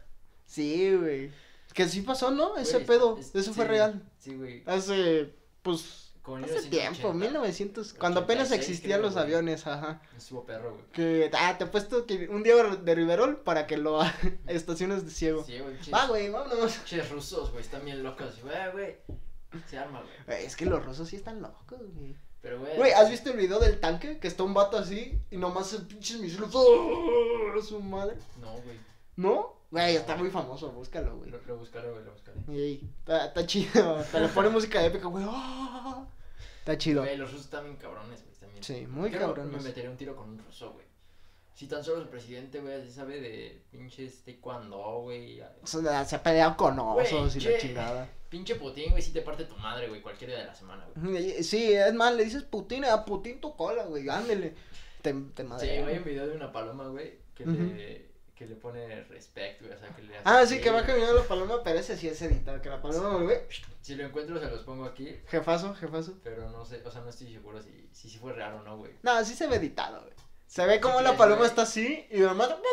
[SPEAKER 1] Sí, güey. Que sí pasó, ¿no?
[SPEAKER 2] güey,
[SPEAKER 1] Ese pedo.
[SPEAKER 2] es-
[SPEAKER 1] Eso fue
[SPEAKER 2] sí,
[SPEAKER 1] real.
[SPEAKER 2] Sí, güey.
[SPEAKER 1] Hace, pues,
[SPEAKER 2] Como
[SPEAKER 1] hace
[SPEAKER 2] mil novecientos
[SPEAKER 1] tiempo,
[SPEAKER 2] ochenta.
[SPEAKER 1] mil novecientos. Cuando apenas
[SPEAKER 2] ochenta y seis,
[SPEAKER 1] existían
[SPEAKER 2] creo,
[SPEAKER 1] los
[SPEAKER 2] güey.
[SPEAKER 1] aviones, ajá.
[SPEAKER 2] Estuvo perro, güey.
[SPEAKER 1] Que, ah, te he puesto que un Diego de Riverol para que lo estaciones de ciego.
[SPEAKER 2] Sí, güey.
[SPEAKER 1] Va, güey, vámonos.
[SPEAKER 2] Ches rusos, güey, están bien locos. Güey, güey. Se arma, güey.
[SPEAKER 1] Güey, es que los rusos sí están locos, güey.
[SPEAKER 2] Pero, güey.
[SPEAKER 1] Güey, ¿has visto el video del tanque? Que está un vato así y nomás el pinche misiles. ¡Oh! Su madre.
[SPEAKER 2] No, güey.
[SPEAKER 1] ¿No? Güey, está muy famoso, búscalo, güey.
[SPEAKER 2] Lo, lo buscaré, güey, lo buscaré.
[SPEAKER 1] Ey, está, está chido. Te le pone música épica, güey. ¡Ah! Está chido.
[SPEAKER 2] Güey, los rusos están bien cabrones, güey, también.
[SPEAKER 1] Sí, muy
[SPEAKER 2] Creo que
[SPEAKER 1] cabrones.
[SPEAKER 2] Me metería un tiro con un ruso, güey. Si tan solo el presidente, güey, así sabe de pinches taekwondo, güey.
[SPEAKER 1] O sea, se ha peleado con
[SPEAKER 2] Güey,
[SPEAKER 1] osos y la
[SPEAKER 2] che.
[SPEAKER 1] chingada.
[SPEAKER 2] Pinche Putin, güey, sí te parte tu madre, güey, cualquier día de la semana, güey.
[SPEAKER 1] Sí, es más, le dices Putin, a Putin tu cola, güey, ándele. Te, te
[SPEAKER 2] Sí,
[SPEAKER 1] madrea.
[SPEAKER 2] güey, un video de una paloma, güey, que
[SPEAKER 1] Ujú.
[SPEAKER 2] le que le pone respect, güey, o sea, que le hace
[SPEAKER 1] Ah, sí, que va
[SPEAKER 2] güey.
[SPEAKER 1] caminando la paloma, pero ese sí es editar, que la paloma, güey.
[SPEAKER 2] Si lo encuentro se los pongo aquí,
[SPEAKER 1] Jefazo, jefazo.
[SPEAKER 2] pero no sé, o sea, no estoy seguro si si, si fue real o no, güey.
[SPEAKER 1] No, sí se ve editado, güey. Se ve como
[SPEAKER 2] Sí,
[SPEAKER 1] la
[SPEAKER 2] sí,
[SPEAKER 1] paloma
[SPEAKER 2] güey.
[SPEAKER 1] está así y lo mata.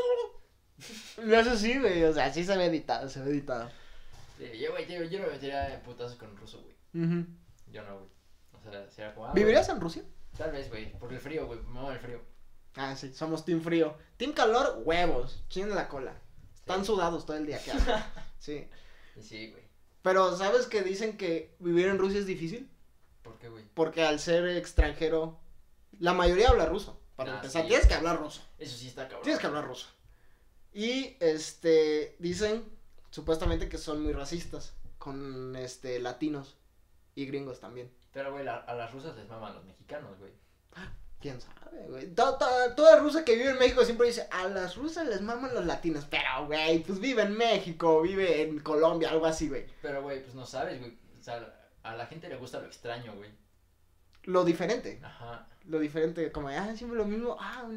[SPEAKER 1] Le hace así, güey. O sea, sí se ve editado, se ve editado.
[SPEAKER 2] Sí, yo, güey, yo, yo no me metería en putazos con un ruso, güey.
[SPEAKER 1] Ujú.
[SPEAKER 2] Yo no, güey. O sea, sería como... ah,
[SPEAKER 1] ¿Vivirías
[SPEAKER 2] güey,
[SPEAKER 1] en Rusia?
[SPEAKER 2] Tal vez, güey, por el frío, güey, me mama el frío.
[SPEAKER 1] Ah, sí, somos team frío. Team calor, huevos. Chin la cola. Están
[SPEAKER 2] Sí.
[SPEAKER 1] sudados todo el día. ¿Qué hacen? Sí.
[SPEAKER 2] Y sí, güey.
[SPEAKER 1] Pero, ¿sabes que dicen que vivir en Rusia es difícil?
[SPEAKER 2] ¿Por qué, güey?
[SPEAKER 1] Porque al ser extranjero, la mayoría habla ruso. Para
[SPEAKER 2] Ah,
[SPEAKER 1] empezar,
[SPEAKER 2] sí.
[SPEAKER 1] tienes que hablar ruso.
[SPEAKER 2] Eso sí está cabrón.
[SPEAKER 1] Tienes que hablar ruso. Y, este, dicen supuestamente que son muy racistas con, este, latinos y gringos también.
[SPEAKER 2] Pero, güey, la- a las rusas les maman los mexicanos, güey.
[SPEAKER 1] ¿Quién sabe, güey? To- to- Toda rusa que vive en México siempre dice, a las rusas les maman los latinos. Pero, güey, pues vive en México, vive en Colombia, algo así, güey.
[SPEAKER 2] Pero, güey, pues no sabes, güey. O sea, a la gente le gusta lo extraño, güey.
[SPEAKER 1] Lo diferente,
[SPEAKER 2] Ajá.
[SPEAKER 1] lo diferente, como, ah, siempre lo mismo, ah, un latino.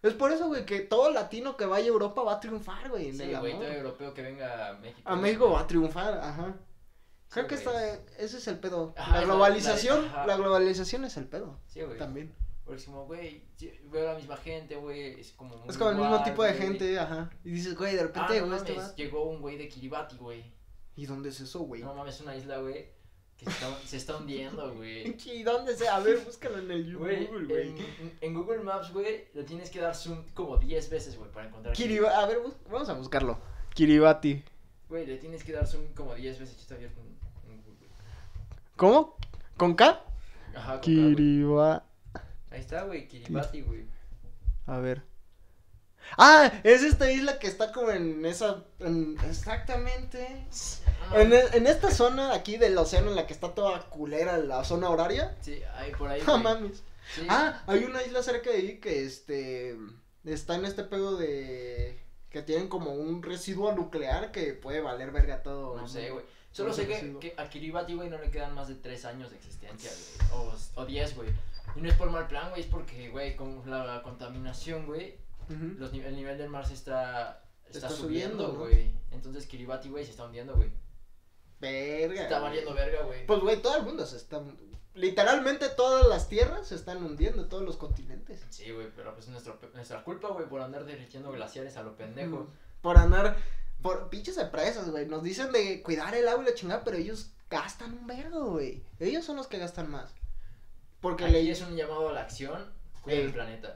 [SPEAKER 1] Es por eso, güey, que todo latino que vaya a Europa va a triunfar, güey. en
[SPEAKER 2] Sí,
[SPEAKER 1] el
[SPEAKER 2] güey,
[SPEAKER 1] amor.
[SPEAKER 2] todo europeo que venga a México.
[SPEAKER 1] A México va a triunfar, ajá. Creo
[SPEAKER 2] Sí,
[SPEAKER 1] que
[SPEAKER 2] güey.
[SPEAKER 1] está, ese es el pedo.
[SPEAKER 2] Ajá,
[SPEAKER 1] la
[SPEAKER 2] es la-
[SPEAKER 1] globalización,
[SPEAKER 2] la- ajá.
[SPEAKER 1] la globalización es el pedo.
[SPEAKER 2] Sí, güey.
[SPEAKER 1] También.
[SPEAKER 2] Porque es como, güey, sí, veo a la misma gente, güey, es como muy
[SPEAKER 1] Es como el mismo
[SPEAKER 2] igual,
[SPEAKER 1] tipo de
[SPEAKER 2] güey.
[SPEAKER 1] gente, ajá. Y dices, güey, de
[SPEAKER 2] Ah,
[SPEAKER 1] repente,
[SPEAKER 2] no
[SPEAKER 1] güey, este
[SPEAKER 2] mames,
[SPEAKER 1] va.
[SPEAKER 2] llegó un güey de Kiribati, güey.
[SPEAKER 1] ¿Y dónde es eso, güey?
[SPEAKER 2] No mames, es una isla, güey, que se está, se está hundiendo, güey.
[SPEAKER 1] ¿Y dónde sea? A ver, búscalo en el
[SPEAKER 2] Güey,
[SPEAKER 1] Google, güey.
[SPEAKER 2] en, en Google Maps, güey, le tienes que dar zoom como diez veces, güey, para encontrar.
[SPEAKER 1] Kiribati, a ver, bus- vamos a buscarlo. Kiribati.
[SPEAKER 2] Güey, le tienes que dar zoom como diez veces. Está abierto en, en Google.
[SPEAKER 1] ¿Cómo? ¿Con K?
[SPEAKER 2] Ajá, con K, güey.
[SPEAKER 1] Kiribati.
[SPEAKER 2] Ahí está, güey, Kiribati, güey.
[SPEAKER 1] A ver. Ah, es esta isla que está como en esa. En, exactamente.
[SPEAKER 2] No
[SPEAKER 1] En,
[SPEAKER 2] mames.
[SPEAKER 1] e- en esta zona aquí del océano en la que está toda culera la zona horaria.
[SPEAKER 2] Sí, ahí por ahí.
[SPEAKER 1] No
[SPEAKER 2] güey.
[SPEAKER 1] mames.
[SPEAKER 2] Sí.
[SPEAKER 1] Ah, hay una isla cerca de ahí que este. Está en este pedo de. Que tienen como un residuo nuclear que puede valer verga todo.
[SPEAKER 2] No sé, güey. Solo
[SPEAKER 1] No
[SPEAKER 2] sé
[SPEAKER 1] sé
[SPEAKER 2] que,
[SPEAKER 1] si-
[SPEAKER 2] que a Kiribati, güey, no le quedan más de tres años de existencia, güey. O, o diez, güey. Y no es por mal plan, güey, es porque, güey, con la contaminación, güey,
[SPEAKER 1] Ujú.
[SPEAKER 2] los nive- el nivel del mar se está, está,
[SPEAKER 1] Está
[SPEAKER 2] subiendo,
[SPEAKER 1] subiendo, ¿no?
[SPEAKER 2] güey. Entonces Kiribati, güey, se está hundiendo, güey.
[SPEAKER 1] Verga.
[SPEAKER 2] Está
[SPEAKER 1] güey.
[SPEAKER 2] valiendo verga, güey.
[SPEAKER 1] Pues, güey, todo el mundo se está. Literalmente todas las tierras se están hundiendo, todos los continentes.
[SPEAKER 2] Sí, güey, pero pues es nuestro, nuestra culpa, güey, por andar derritiendo glaciares a lo pendejo.
[SPEAKER 1] Por andar. Por pinches empresas, güey. Nos dicen de cuidar el agua y la chingada, pero ellos gastan un vergo, güey. Ellos son los que gastan más. Porque
[SPEAKER 2] Aquí
[SPEAKER 1] le.
[SPEAKER 2] es un llamado a la acción, cuiden
[SPEAKER 1] Ey.
[SPEAKER 2] el planeta.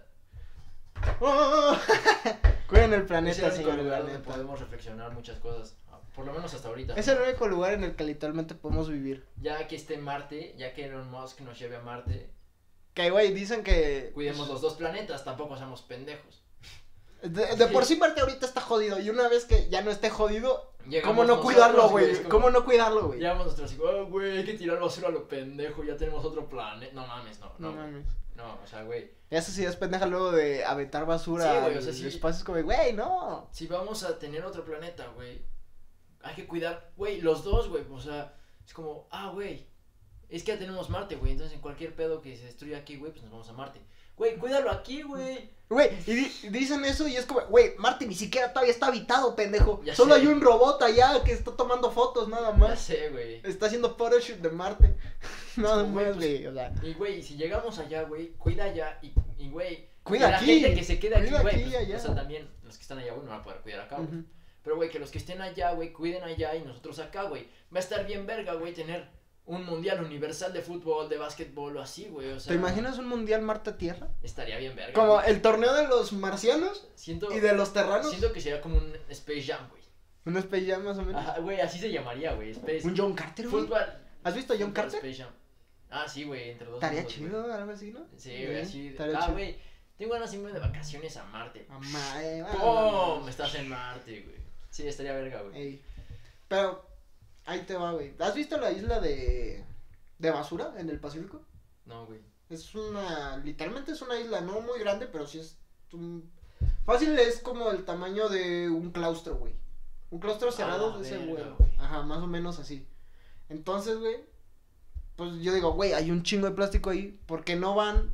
[SPEAKER 1] ¡Oh! Cuiden el
[SPEAKER 2] Es
[SPEAKER 1] planeta,
[SPEAKER 2] el único
[SPEAKER 1] señores.
[SPEAKER 2] lugar
[SPEAKER 1] la
[SPEAKER 2] donde
[SPEAKER 1] neta.
[SPEAKER 2] podemos reflexionar muchas cosas, por lo menos hasta ahorita.
[SPEAKER 1] Es
[SPEAKER 2] ¿no?
[SPEAKER 1] el único lugar en el que literalmente podemos vivir.
[SPEAKER 2] Ya que esté Marte, ya que Elon Musk nos lleve a Marte,
[SPEAKER 1] Que, güey, dicen que.
[SPEAKER 2] cuidemos los dos planetas, tampoco seamos pendejos.
[SPEAKER 1] De, de por sí Marte ahorita está jodido. Y una vez que ya no esté jodido,
[SPEAKER 2] Llegamos
[SPEAKER 1] ¿cómo no
[SPEAKER 2] nosotros,
[SPEAKER 1] cuidarlo, güey?
[SPEAKER 2] es como-
[SPEAKER 1] ¿Cómo no cuidarlo, güey?
[SPEAKER 2] Llevamos nuestros hijos, oh, güey, hay que tirar basura a lo pendejo, ya tenemos otro planeta. No mames, no,
[SPEAKER 1] No
[SPEAKER 2] no,
[SPEAKER 1] mames.
[SPEAKER 2] no, o sea, güey,
[SPEAKER 1] Esa sí es pendeja luego de aventar basura.
[SPEAKER 2] Sí, güey, o sea,
[SPEAKER 1] al
[SPEAKER 2] sí.
[SPEAKER 1] espacio es como, güey, no.
[SPEAKER 2] si vamos a tener otro planeta, güey, hay que cuidar, güey, los dos, güey, o sea, es como, ah, güey, es que ya tenemos Marte, güey, entonces en cualquier pedo que se destruya aquí, güey, pues nos vamos a Marte. Güey, cuídalo aquí, güey.
[SPEAKER 1] Güey, y di- dicen eso y es como, güey, Marte ni siquiera todavía está habitado, pendejo.
[SPEAKER 2] Ya
[SPEAKER 1] Solo
[SPEAKER 2] sé.
[SPEAKER 1] hay un robot allá que está tomando fotos, nada
[SPEAKER 2] Ya
[SPEAKER 1] más.
[SPEAKER 2] sé, güey.
[SPEAKER 1] Está haciendo photoshoot de Marte. Nada
[SPEAKER 2] como, güey,
[SPEAKER 1] más,
[SPEAKER 2] pues,
[SPEAKER 1] güey, o sea.
[SPEAKER 2] Y, güey, si llegamos allá, güey, cuida allá y, y güey,
[SPEAKER 1] Cuida
[SPEAKER 2] que la
[SPEAKER 1] aquí,
[SPEAKER 2] gente que se quede aquí,
[SPEAKER 1] cuida
[SPEAKER 2] güey,
[SPEAKER 1] aquí
[SPEAKER 2] pues,
[SPEAKER 1] y allá.
[SPEAKER 2] o sea, también los que están allá, güey, no van a poder cuidar acá, güey.
[SPEAKER 1] Ujú.
[SPEAKER 2] Pero, güey, que los que estén allá, güey, cuiden allá y nosotros acá, güey. Va a estar bien verga, güey, tener un mundial universal de fútbol, de básquetbol o así, güey, o sea.
[SPEAKER 1] ¿Te imaginas un mundial Marte-Tierra?
[SPEAKER 2] Estaría bien verga.
[SPEAKER 1] Como
[SPEAKER 2] güey.
[SPEAKER 1] el torneo de los marcianos
[SPEAKER 2] Siento,
[SPEAKER 1] y de los terranos.
[SPEAKER 2] siento que sería como un Space Jam, güey.
[SPEAKER 1] Un Space Jam más o menos.
[SPEAKER 2] Ajá, güey, así se llamaría, güey, Space.
[SPEAKER 1] Un John Carter, güey.
[SPEAKER 2] Fútbol.
[SPEAKER 1] ¿Has visto a John
[SPEAKER 2] fútbol
[SPEAKER 1] Carter?
[SPEAKER 2] Space Jam. Ah, sí, güey, entre dos.
[SPEAKER 1] Estaría
[SPEAKER 2] mundos, güey.
[SPEAKER 1] chido, algo así, ¿no?
[SPEAKER 2] Sí, güey, así.
[SPEAKER 1] Estaría
[SPEAKER 2] Ah,
[SPEAKER 1] chido.
[SPEAKER 2] güey, tengo ganas de irme de vacaciones a Marte.
[SPEAKER 1] Mamá, eh,
[SPEAKER 2] ¡Pum! Estás en Marte, güey. Sí, estaría verga, güey.
[SPEAKER 1] Ey. Pero, ahí te va, güey. ¿Has visto la isla de, de basura en el Pacífico?
[SPEAKER 2] No, güey.
[SPEAKER 1] Es una, literalmente es una isla no muy grande, pero sí es un... Fácil es como el tamaño de un claustro, güey. Un claustro cerrado
[SPEAKER 2] Ah,
[SPEAKER 1] de ese,
[SPEAKER 2] verga,
[SPEAKER 1] güey.
[SPEAKER 2] güey.
[SPEAKER 1] Ajá, más o menos así. Entonces, güey, pues yo digo, güey, hay un chingo de plástico ahí, ¿por qué no van,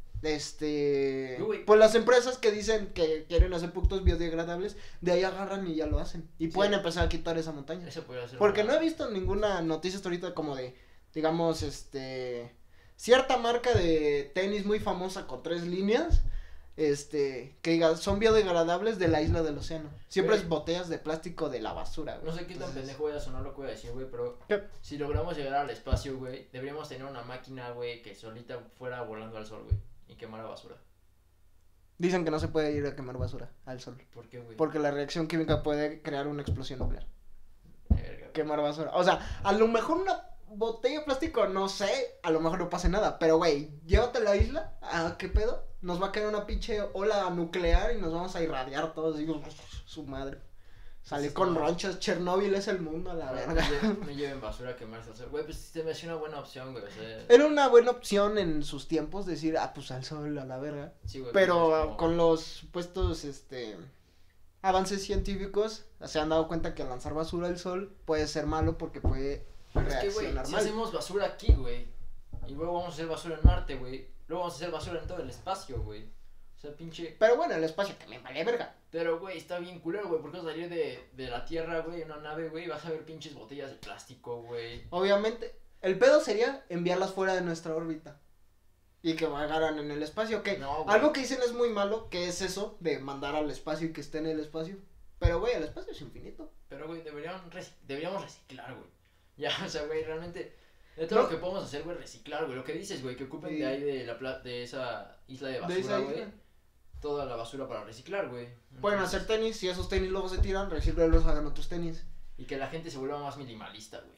[SPEAKER 1] este,
[SPEAKER 2] Güey.
[SPEAKER 1] pues las empresas que dicen que quieren hacer productos biodegradables, de ahí agarran y ya lo hacen, y
[SPEAKER 2] Sí.
[SPEAKER 1] pueden empezar a quitar esa montaña?
[SPEAKER 2] Eso podría ser.
[SPEAKER 1] Porque
[SPEAKER 2] una-
[SPEAKER 1] no he visto ninguna noticia hasta ahorita como de, digamos, este, cierta marca de tenis muy famosa con tres líneas, este, que diga, son biodegradables de la isla del océano. Siempre
[SPEAKER 2] Güey.
[SPEAKER 1] es botellas de plástico de la basura, güey.
[SPEAKER 2] No sé qué tan
[SPEAKER 1] Entonces,
[SPEAKER 2] pendejo voy a sonar lo que voy a decir, güey, pero
[SPEAKER 1] ¿qué?
[SPEAKER 2] si logramos llegar al espacio, güey, deberíamos tener una máquina, güey, que solita fuera volando al sol, güey, y quemara basura.
[SPEAKER 1] Dicen que no se puede ir a quemar basura al sol,
[SPEAKER 2] ¿Por qué, güey?
[SPEAKER 1] porque la reacción química puede crear una explosión nuclear.
[SPEAKER 2] Verga, güey.
[SPEAKER 1] Quemar basura. O sea, a lo mejor una botella de plástico, no sé, a lo mejor no pase nada, pero güey, llévate a la isla, ¿ah, qué pedo? Nos va a caer una pinche ola nuclear y nos vamos a irradiar todos, digo, su madre. Salir
[SPEAKER 2] Sí,
[SPEAKER 1] con
[SPEAKER 2] no.
[SPEAKER 1] ronchas, Chernobyl es el mundo a la
[SPEAKER 2] No,
[SPEAKER 1] verga.
[SPEAKER 2] No lleven, no lleven basura a quemarse al sol. Güey, pues se me hace una buena opción, güey, o sea.
[SPEAKER 1] Era una buena opción en sus tiempos decir, ah, pues al sol, a la verga.
[SPEAKER 2] Sí, güey.
[SPEAKER 1] Pero
[SPEAKER 2] pues,
[SPEAKER 1] ah,
[SPEAKER 2] es como-
[SPEAKER 1] con los supuestos, este, avances científicos, se han dado cuenta que lanzar basura al sol puede ser malo porque puede
[SPEAKER 2] Pero es que, güey,
[SPEAKER 1] reaccionar
[SPEAKER 2] si
[SPEAKER 1] mal.
[SPEAKER 2] hacemos basura aquí, güey, y luego vamos a hacer basura en Marte, güey, luego vamos a hacer basura en todo el espacio, güey. O sea, pinche...
[SPEAKER 1] Pero bueno, el espacio también vale verga.
[SPEAKER 2] Pero, güey, está bien culero, güey, porque vas a salir de, de la Tierra, güey, en una nave, güey, vas a ver pinches botellas de plástico, güey.
[SPEAKER 1] Obviamente, el pedo sería enviarlas fuera de nuestra órbita. Y que vagaran en el espacio, que
[SPEAKER 2] No, güey.
[SPEAKER 1] algo que dicen es muy malo, que es eso de mandar al espacio y que esté en el espacio. Pero, güey, el espacio es infinito.
[SPEAKER 2] Pero, güey, deberíamos, rec- deberíamos reciclar, güey. Ya, o sea, güey, realmente, de todo
[SPEAKER 1] No.
[SPEAKER 2] lo que podemos hacer, güey, reciclar, güey. Lo que dices, güey, que ocupen
[SPEAKER 1] Sí.
[SPEAKER 2] de ahí de, la pla- de esa isla de
[SPEAKER 1] De
[SPEAKER 2] basura,
[SPEAKER 1] esa
[SPEAKER 2] güey.
[SPEAKER 1] isla.
[SPEAKER 2] Toda la basura para reciclar, güey.
[SPEAKER 1] Pueden
[SPEAKER 2] Entonces,
[SPEAKER 1] hacer tenis, si esos tenis luego se tiran, reciclarlos, hagan otros tenis.
[SPEAKER 2] Y que la gente se vuelva más minimalista, güey.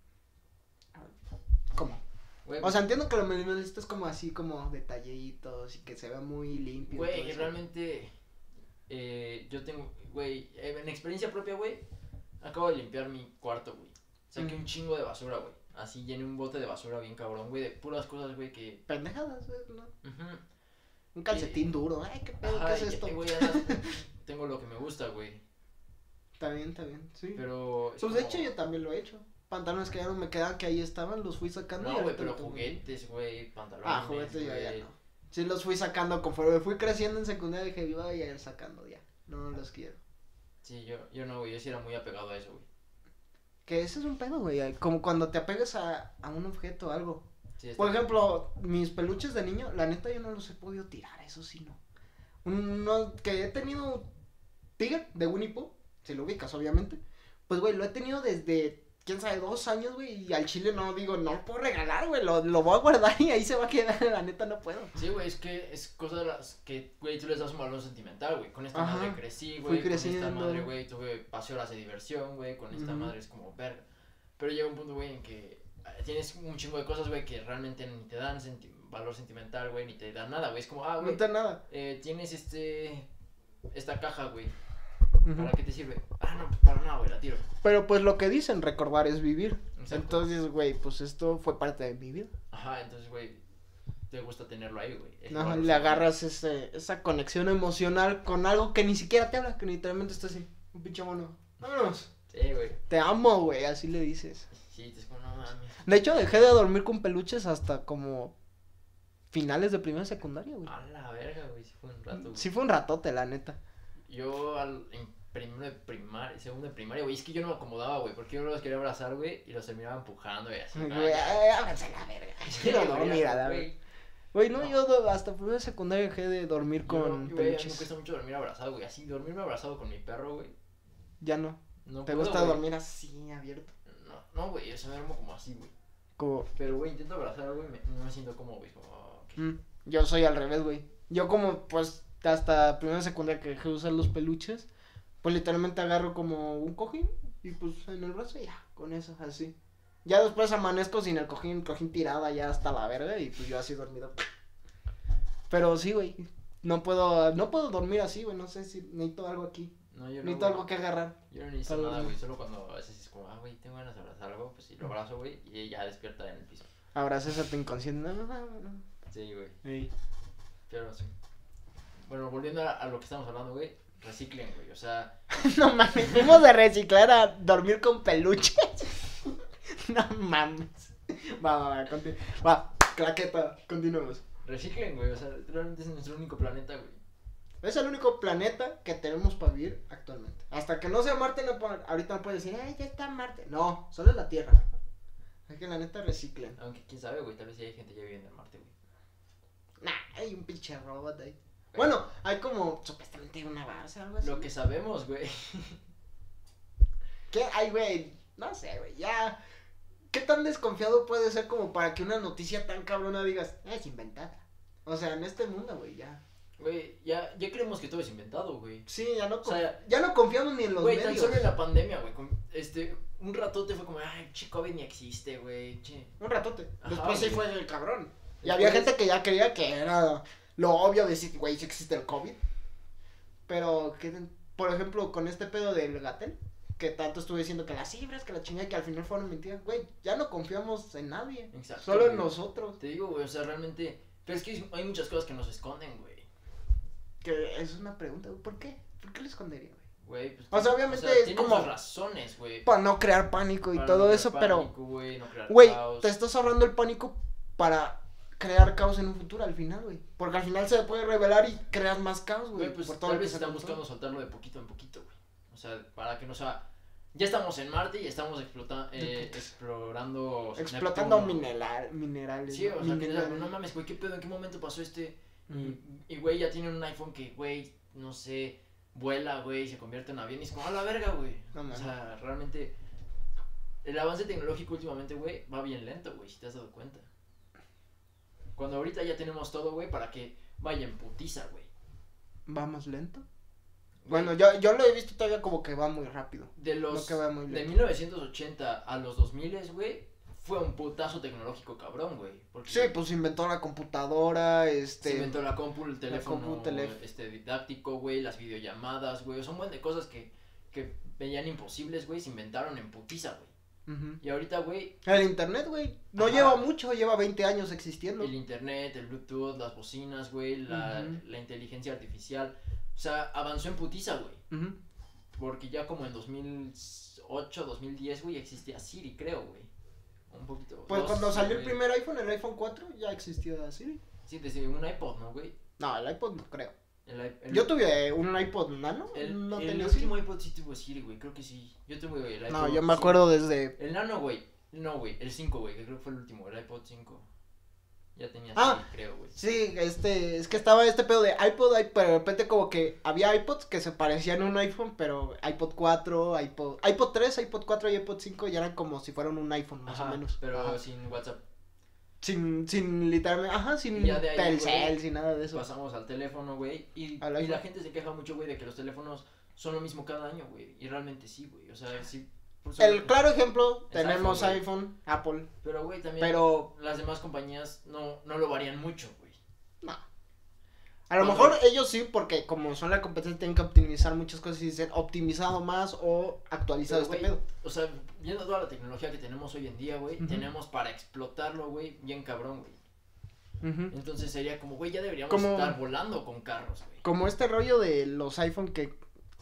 [SPEAKER 1] ¿Cómo?
[SPEAKER 2] Güey,
[SPEAKER 1] O sea, entiendo que lo minimalista es como así, como detallitos y que se vea muy limpio. y todo
[SPEAKER 2] güey,
[SPEAKER 1] eso.
[SPEAKER 2] realmente, eh, yo tengo, güey, eh, en experiencia propia, güey, acabo de limpiar mi cuarto, güey. Saqué
[SPEAKER 1] Mm.
[SPEAKER 2] un chingo de basura, güey. Así llené un bote de basura bien cabrón, güey, de puras cosas, güey, que...
[SPEAKER 1] Pendejadas, güey, ¿no?
[SPEAKER 2] Ujú.
[SPEAKER 1] Un calcetín duro. Ay, qué pedo,
[SPEAKER 2] Ajá,
[SPEAKER 1] ¿qué es
[SPEAKER 2] y-
[SPEAKER 1] esto?
[SPEAKER 2] y, güey, además, tengo lo que me gusta, güey.
[SPEAKER 1] Está bien, está bien, sí.
[SPEAKER 2] Pero... es
[SPEAKER 1] Pues de
[SPEAKER 2] como-
[SPEAKER 1] hecho yo también lo he hecho. Pantalones que ya no me quedan, que ahí estaban, los fui sacando. y
[SPEAKER 2] No, güey,
[SPEAKER 1] ahorita
[SPEAKER 2] pero
[SPEAKER 1] lo tengo ahí.
[SPEAKER 2] juguetes, güey, pantalones,
[SPEAKER 1] Ah, juguetes yo ya
[SPEAKER 2] güey.
[SPEAKER 1] no. Sí los fui sacando conforme fui creciendo en secundaria, dije, yo voy a ir sacando ya. No los quiero.
[SPEAKER 2] Sí, yo, yo no, güey, yo sí era muy apegado a eso, güey.
[SPEAKER 1] Que ese es un pedo, güey. Como cuando te apegas a, a un objeto o algo.
[SPEAKER 2] Sí, está-
[SPEAKER 1] Por ejemplo, mis peluches de niño, la neta yo no los he podido tirar, eso sí no. Uno que he tenido Tigre de Winnie Pooh, si lo ubicas obviamente. Pues güey, lo he tenido desde, quién sabe, dos años, güey, y al chile no digo, no lo puedo regalar, güey, lo, lo voy a guardar y ahí se va a quedar, la neta no puedo.
[SPEAKER 2] Sí, güey, es que es cosa de las que, güey, tú les das un valor sentimental, güey. Con esta
[SPEAKER 1] Ajá.
[SPEAKER 2] madre crecí,
[SPEAKER 1] Fui
[SPEAKER 2] güey. Con
[SPEAKER 1] creciendo.
[SPEAKER 2] esta madre, güey, tuve pasé horas de diversión, güey. Con esta
[SPEAKER 1] Ujú.
[SPEAKER 2] madre es como verga. Pero llega un punto, güey, en que eh, tienes un chingo de cosas, güey, que realmente ni te dan senti- valor sentimental, güey, ni te dan nada, güey. Es como, ah,
[SPEAKER 1] No
[SPEAKER 2] güey,
[SPEAKER 1] te nada.
[SPEAKER 2] eh, tienes este, esta caja, güey.
[SPEAKER 1] Ujú.
[SPEAKER 2] ¿Para qué te sirve? Ah, no, para nada, güey, la tiro.
[SPEAKER 1] Pero pues lo que dicen, recordar es vivir.
[SPEAKER 2] Exacto.
[SPEAKER 1] Entonces, güey, pues esto fue parte de mi vida.
[SPEAKER 2] Ajá, entonces, güey, te gusta tenerlo ahí, güey. Es
[SPEAKER 1] Ajá,
[SPEAKER 2] valor
[SPEAKER 1] le
[SPEAKER 2] sentimental.
[SPEAKER 1] agarras ese, esa conexión emocional con algo que ni siquiera te habla, que literalmente está así, un pinche mono. Vámonos.
[SPEAKER 2] Sí, güey.
[SPEAKER 1] Te amo, güey, así le dices.
[SPEAKER 2] Sí, te es como, no mames.
[SPEAKER 1] De hecho, dejé de dormir con peluches hasta como finales de primera secundaria, güey.
[SPEAKER 2] A la verga, güey, sí fue un rato, güey.
[SPEAKER 1] Sí fue un ratote, la neta.
[SPEAKER 2] Yo al, en primero de primaria, segundo de primaria, güey, es que yo no me acomodaba, güey, porque yo no los quería abrazar, güey, y los terminaba empujando, y así.
[SPEAKER 1] Güey,
[SPEAKER 2] ah, ya.
[SPEAKER 1] ay, háganse la verga.
[SPEAKER 2] Sí,
[SPEAKER 1] Quiero
[SPEAKER 2] güey,
[SPEAKER 1] dormir,
[SPEAKER 2] ya,
[SPEAKER 1] a la
[SPEAKER 2] güey.
[SPEAKER 1] verga. Güey, no,
[SPEAKER 2] No.
[SPEAKER 1] yo do- hasta primera secundaria dejé de dormir
[SPEAKER 2] Yo-
[SPEAKER 1] con
[SPEAKER 2] yo, güey, a mí me
[SPEAKER 1] peluches.
[SPEAKER 2] cuesta mucho dormir abrazado, güey, así, dormirme abrazado con mi perro, güey,
[SPEAKER 1] Ya no.
[SPEAKER 2] no
[SPEAKER 1] ¿Te
[SPEAKER 2] puedo,
[SPEAKER 1] gusta
[SPEAKER 2] güey.
[SPEAKER 1] dormir así, abierto?
[SPEAKER 2] No, no, güey, yo se me duermo como así, güey,
[SPEAKER 1] Como...
[SPEAKER 2] pero, güey, intento abrazar, güey, me, no me siento como, güey, como, oh, ok.
[SPEAKER 1] Mm, yo soy al revés, güey. Yo como, pues, hasta primera secundaria que dejé de usar los peluches, pues literalmente agarro como un cojín y pues en el brazo ya, con eso, así. Ya después amanezco sin el cojín, cojín tirada ya hasta la verga y pues yo así dormido. Pero sí, güey, no puedo, no puedo dormir así, güey, no sé si necesito algo aquí,
[SPEAKER 2] No, yo no,
[SPEAKER 1] necesito
[SPEAKER 2] güey.
[SPEAKER 1] algo que agarrar.
[SPEAKER 2] Yo no necesito
[SPEAKER 1] para
[SPEAKER 2] nada,
[SPEAKER 1] dormir.
[SPEAKER 2] güey, solo cuando a veces es como, ah, güey, tengo ganas de abrazar algo, pues sí, lo abrazo, güey, y ya despierta en el piso.
[SPEAKER 1] Abrazas a tu inconsciente. No, no, no, no.
[SPEAKER 2] Sí, güey.
[SPEAKER 1] Ey.
[SPEAKER 2] Pero sí. Bueno, volviendo a, a lo que estamos hablando, güey. Reciclen, güey. O sea,
[SPEAKER 1] No mames, fuimos de reciclar a dormir con peluches. No mames. Va, va, va, continu- va, claqueta, continuemos.
[SPEAKER 2] reciclen, güey. O sea, realmente es nuestro único planeta, güey.
[SPEAKER 1] Es el único planeta que tenemos para vivir actualmente. Hasta que no sea Marte, no puedo- ahorita no puedes decir, ay, ya está Marte. No, solo es la Tierra. Es que la neta reciclen.
[SPEAKER 2] Aunque quién sabe, güey. Tal vez sí hay gente ya viviendo en Marte, güey.
[SPEAKER 1] Nah, hay un pinche robot ahí. Bueno, hay como supuestamente una base, algo así.
[SPEAKER 2] Lo que sabemos, güey.
[SPEAKER 1] ¿Qué? Ay, güey, no sé, güey, ya. ¿Qué tan desconfiado puede ser como para que una noticia tan cabrona digas, "Ah, es inventada"? O sea, en este mundo, güey, ya.
[SPEAKER 2] Güey, ya, ya creemos que todo es inventado, güey.
[SPEAKER 1] Sí, ya no,
[SPEAKER 2] O sea,
[SPEAKER 1] conf- ya no confiamos ni en los
[SPEAKER 2] Güey, tan
[SPEAKER 1] medios.
[SPEAKER 2] solo en la pandemia, güey. con- Este, un ratote fue como, ay, che, COVID ni existe, güey. Che.
[SPEAKER 1] Un ratote.
[SPEAKER 2] Ajá,
[SPEAKER 1] Después sí
[SPEAKER 2] güey.
[SPEAKER 1] fue el cabrón. Y
[SPEAKER 2] Después-
[SPEAKER 1] había gente que ya creía que era lo obvio decir, güey, sí existe el COVID. Pero, que, por ejemplo, con este pedo del Gatel, que tanto estuve diciendo que las cifras, que la chingada, que al final fueron mentiras, güey, ya no confiamos en nadie.
[SPEAKER 2] Exacto,
[SPEAKER 1] Solo en
[SPEAKER 2] güey.
[SPEAKER 1] nosotros.
[SPEAKER 2] Te digo, güey, o sea, realmente. Pero es que hay muchas cosas que nos esconden, güey.
[SPEAKER 1] Que es una pregunta, güey, ¿por qué? ¿Por qué lo escondería, güey?
[SPEAKER 2] Güey, pues.
[SPEAKER 1] O sea, obviamente es
[SPEAKER 2] tienen
[SPEAKER 1] como-
[SPEAKER 2] sus razones, güey.
[SPEAKER 1] Para no crear pánico y
[SPEAKER 2] Para
[SPEAKER 1] todo
[SPEAKER 2] no crear
[SPEAKER 1] eso, pero,
[SPEAKER 2] pánico, güey, no crear
[SPEAKER 1] güey,
[SPEAKER 2] caos.
[SPEAKER 1] te estás ahorrando el pánico para crear caos en un futuro al final, güey. Porque al final se puede revelar y creas más caos, güey.
[SPEAKER 2] Güey, pues
[SPEAKER 1] por todo
[SPEAKER 2] tal
[SPEAKER 1] lo que
[SPEAKER 2] vez
[SPEAKER 1] se
[SPEAKER 2] están
[SPEAKER 1] contó.
[SPEAKER 2] buscando soltarlo de poquito en poquito, güey. O sea, para que no sea... Ya estamos en Marte y estamos explota eh, explorando...
[SPEAKER 1] Explotando
[SPEAKER 2] Neptuno.
[SPEAKER 1] mineral, minerales.
[SPEAKER 2] Sí, o sea, que
[SPEAKER 1] minerales.
[SPEAKER 2] digas, no mames, güey, ¿qué pedo? ¿En qué momento pasó este?
[SPEAKER 1] Ujú.
[SPEAKER 2] Y, y, güey, ya tienen un iPhone que, güey, no sé, vuela, güey, se convierte en avión y es como, a la verga, güey.
[SPEAKER 1] No
[SPEAKER 2] O
[SPEAKER 1] mames.
[SPEAKER 2] sea, realmente, el avance tecnológico últimamente, güey, va bien lento, güey, si te has dado cuenta. Cuando ahorita ya tenemos todo, güey, para que vaya en putiza, güey.
[SPEAKER 1] ¿Va más lento?
[SPEAKER 2] Güey,
[SPEAKER 1] Bueno, yo, yo lo he visto todavía como que va muy rápido.
[SPEAKER 2] de los,
[SPEAKER 1] no que va muy
[SPEAKER 2] de
[SPEAKER 1] lento.
[SPEAKER 2] mil novecientos ochenta a los dos mil, güey, fue un putazo tecnológico cabrón, güey. porque
[SPEAKER 1] Sí, pues inventó la computadora, este...
[SPEAKER 2] Se inventó la compu, el teléfono
[SPEAKER 1] compu, telef-
[SPEAKER 2] este, didáctico, güey, las videollamadas, güey. Son un buen de cosas que, que veían imposibles, güey, se inventaron en putiza, güey.
[SPEAKER 1] Ujú.
[SPEAKER 2] Y ahorita, güey,
[SPEAKER 1] El internet, güey, no
[SPEAKER 2] Ajá.
[SPEAKER 1] lleva mucho, lleva veinte años existiendo.
[SPEAKER 2] el internet, el Bluetooth, las bocinas, güey, la,
[SPEAKER 1] Ujú.
[SPEAKER 2] la inteligencia artificial. O sea, avanzó en putiza, güey.
[SPEAKER 1] Ujú.
[SPEAKER 2] Porque ya como en dos mil ocho, dos mil diez, güey, existía Siri, creo, güey. Un poquito.
[SPEAKER 1] Pues
[SPEAKER 2] dos,
[SPEAKER 1] cuando
[SPEAKER 2] sí,
[SPEAKER 1] salió el
[SPEAKER 2] güey.
[SPEAKER 1] primer iPhone, el iPhone cuatro, ya existía Siri.
[SPEAKER 2] Sí, desde un iPod, ¿no, güey?
[SPEAKER 1] No, el iPod no creo.
[SPEAKER 2] El, i- el,
[SPEAKER 1] Yo tuve un iPod Nano,
[SPEAKER 2] El,
[SPEAKER 1] no
[SPEAKER 2] el
[SPEAKER 1] tenía Siri.
[SPEAKER 2] último iPod sí tuvo Siri, güey, creo que sí. Yo tuve el iPod.
[SPEAKER 1] No, yo me
[SPEAKER 2] cinco.
[SPEAKER 1] acuerdo desde...
[SPEAKER 2] El Nano, güey. No, güey, el cinco, güey, que creo que fue el último, el iPod cinco. Ya tenía
[SPEAKER 1] Ah,
[SPEAKER 2] Siri, creo, güey.
[SPEAKER 1] Sí, este, es que estaba este pedo de iPod, i- pero de repente como que había iPods que se parecían a un iPhone, pero iPod cuatro, iPod, iPod tres, iPod cuatro y iPod cinco ya eran como si fueran un iPhone, más
[SPEAKER 2] Ajá,
[SPEAKER 1] o menos.
[SPEAKER 2] pero
[SPEAKER 1] Ajá.
[SPEAKER 2] sin WhatsApp.
[SPEAKER 1] Sin, sin literalmente, ajá, sin
[SPEAKER 2] Y ya de ahí,
[SPEAKER 1] Telcel,
[SPEAKER 2] güey,
[SPEAKER 1] sin nada de eso.
[SPEAKER 2] Pasamos al teléfono, güey, y,
[SPEAKER 1] Al
[SPEAKER 2] y
[SPEAKER 1] iPhone.
[SPEAKER 2] la gente se queja mucho, güey, de que los teléfonos son lo mismo cada año, güey. Y realmente sí, güey, o sea, sí. por
[SPEAKER 1] El
[SPEAKER 2] suerte-
[SPEAKER 1] claro ejemplo,
[SPEAKER 2] Es
[SPEAKER 1] tenemos
[SPEAKER 2] iPhone,
[SPEAKER 1] iPhone, Apple,
[SPEAKER 2] Pero, güey, también
[SPEAKER 1] pero
[SPEAKER 2] las demás compañías no, no lo varían mucho, güey.
[SPEAKER 1] no. A lo
[SPEAKER 2] Cuando-
[SPEAKER 1] mejor ellos sí, porque como son la competencia tienen que optimizar muchas cosas y dicen optimizado más o actualizado
[SPEAKER 2] Pero,
[SPEAKER 1] este
[SPEAKER 2] güey,
[SPEAKER 1] pedo.
[SPEAKER 2] O sea, viendo toda la tecnología que tenemos hoy en día, güey,
[SPEAKER 1] Ujú.
[SPEAKER 2] tenemos para explotarlo, güey, bien cabrón, güey.
[SPEAKER 1] Ujú.
[SPEAKER 2] Entonces sería como, güey, ya deberíamos
[SPEAKER 1] Como-
[SPEAKER 2] estar volando con carros, güey.
[SPEAKER 1] Como este rollo de los iPhone que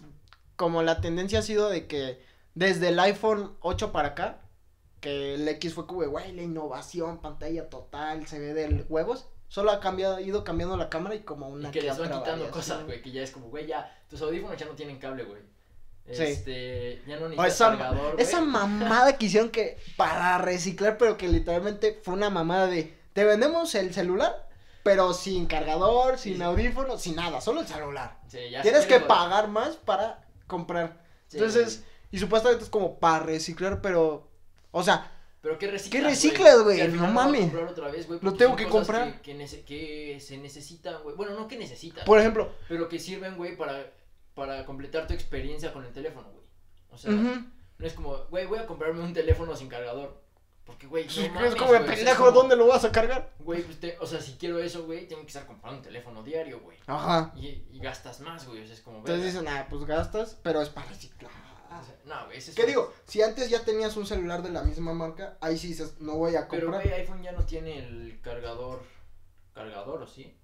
[SPEAKER 1] como la tendencia ha sido de que desde el iPhone ocho para acá, que el X fue como, güey, la innovación, pantalla total, se ve de huevos, solo ha cambiado, ido cambiando la cámara y como una
[SPEAKER 2] Y que les van
[SPEAKER 1] otra
[SPEAKER 2] quitando
[SPEAKER 1] variación.
[SPEAKER 2] cosas, güey, que ya es como, güey, ya, tus audífonos ya no tienen cable, güey.
[SPEAKER 1] Sí.
[SPEAKER 2] Este, ya no
[SPEAKER 1] O
[SPEAKER 2] necesitas
[SPEAKER 1] esa,
[SPEAKER 2] cargador, güey.
[SPEAKER 1] esa mamada que hicieron que para reciclar, pero que literalmente fue una mamada de, te vendemos el celular, pero sin cargador, sin
[SPEAKER 2] Sí.
[SPEAKER 1] audífonos, sin nada, solo el celular.
[SPEAKER 2] Sí, ya
[SPEAKER 1] Tienes
[SPEAKER 2] se
[SPEAKER 1] que
[SPEAKER 2] quiere joder.
[SPEAKER 1] pagar más para comprar.
[SPEAKER 2] Sí,
[SPEAKER 1] Entonces,
[SPEAKER 2] güey.
[SPEAKER 1] y supuestamente es como para reciclar, pero, o sea,
[SPEAKER 2] Pero ¿qué reciclas,
[SPEAKER 1] ¿qué reciclas, güey?
[SPEAKER 2] Si al
[SPEAKER 1] No
[SPEAKER 2] final lo vas a
[SPEAKER 1] mames.
[SPEAKER 2] comprar otra vez, güey,
[SPEAKER 1] Lo
[SPEAKER 2] porque
[SPEAKER 1] tengo
[SPEAKER 2] son
[SPEAKER 1] que
[SPEAKER 2] cosas
[SPEAKER 1] comprar.
[SPEAKER 2] Que, que, nece- que se necesitan, güey. Bueno, no que necesitas,
[SPEAKER 1] por ejemplo,
[SPEAKER 2] pero que sirven, güey, para, para completar tu experiencia con el teléfono, güey. O sea,
[SPEAKER 1] ujú,
[SPEAKER 2] no es como, güey, voy a comprarme un teléfono sin cargador. Porque, güey, no
[SPEAKER 1] sí,
[SPEAKER 2] mames,
[SPEAKER 1] es como de
[SPEAKER 2] güey, o sea, es
[SPEAKER 1] pendejo,
[SPEAKER 2] como,
[SPEAKER 1] ¿dónde lo vas a cargar?
[SPEAKER 2] Güey, pues, te- o sea, si quiero eso, güey, tengo que estar comprando un teléfono diario, güey.
[SPEAKER 1] Ajá.
[SPEAKER 2] Y, y gastas más, güey, o sea, es como,
[SPEAKER 1] Entonces
[SPEAKER 2] verga.
[SPEAKER 1] dicen, ah, pues gastas, pero es para reciclar.
[SPEAKER 2] O sea, no, güey, ese es
[SPEAKER 1] ¿Qué
[SPEAKER 2] un-
[SPEAKER 1] digo? Si antes ya tenías un celular de la misma marca, ahí sí dices, no voy a
[SPEAKER 2] Pero,
[SPEAKER 1] comprar.
[SPEAKER 2] güey, iPhone ya no tiene el cargador, cargador, ¿o sí?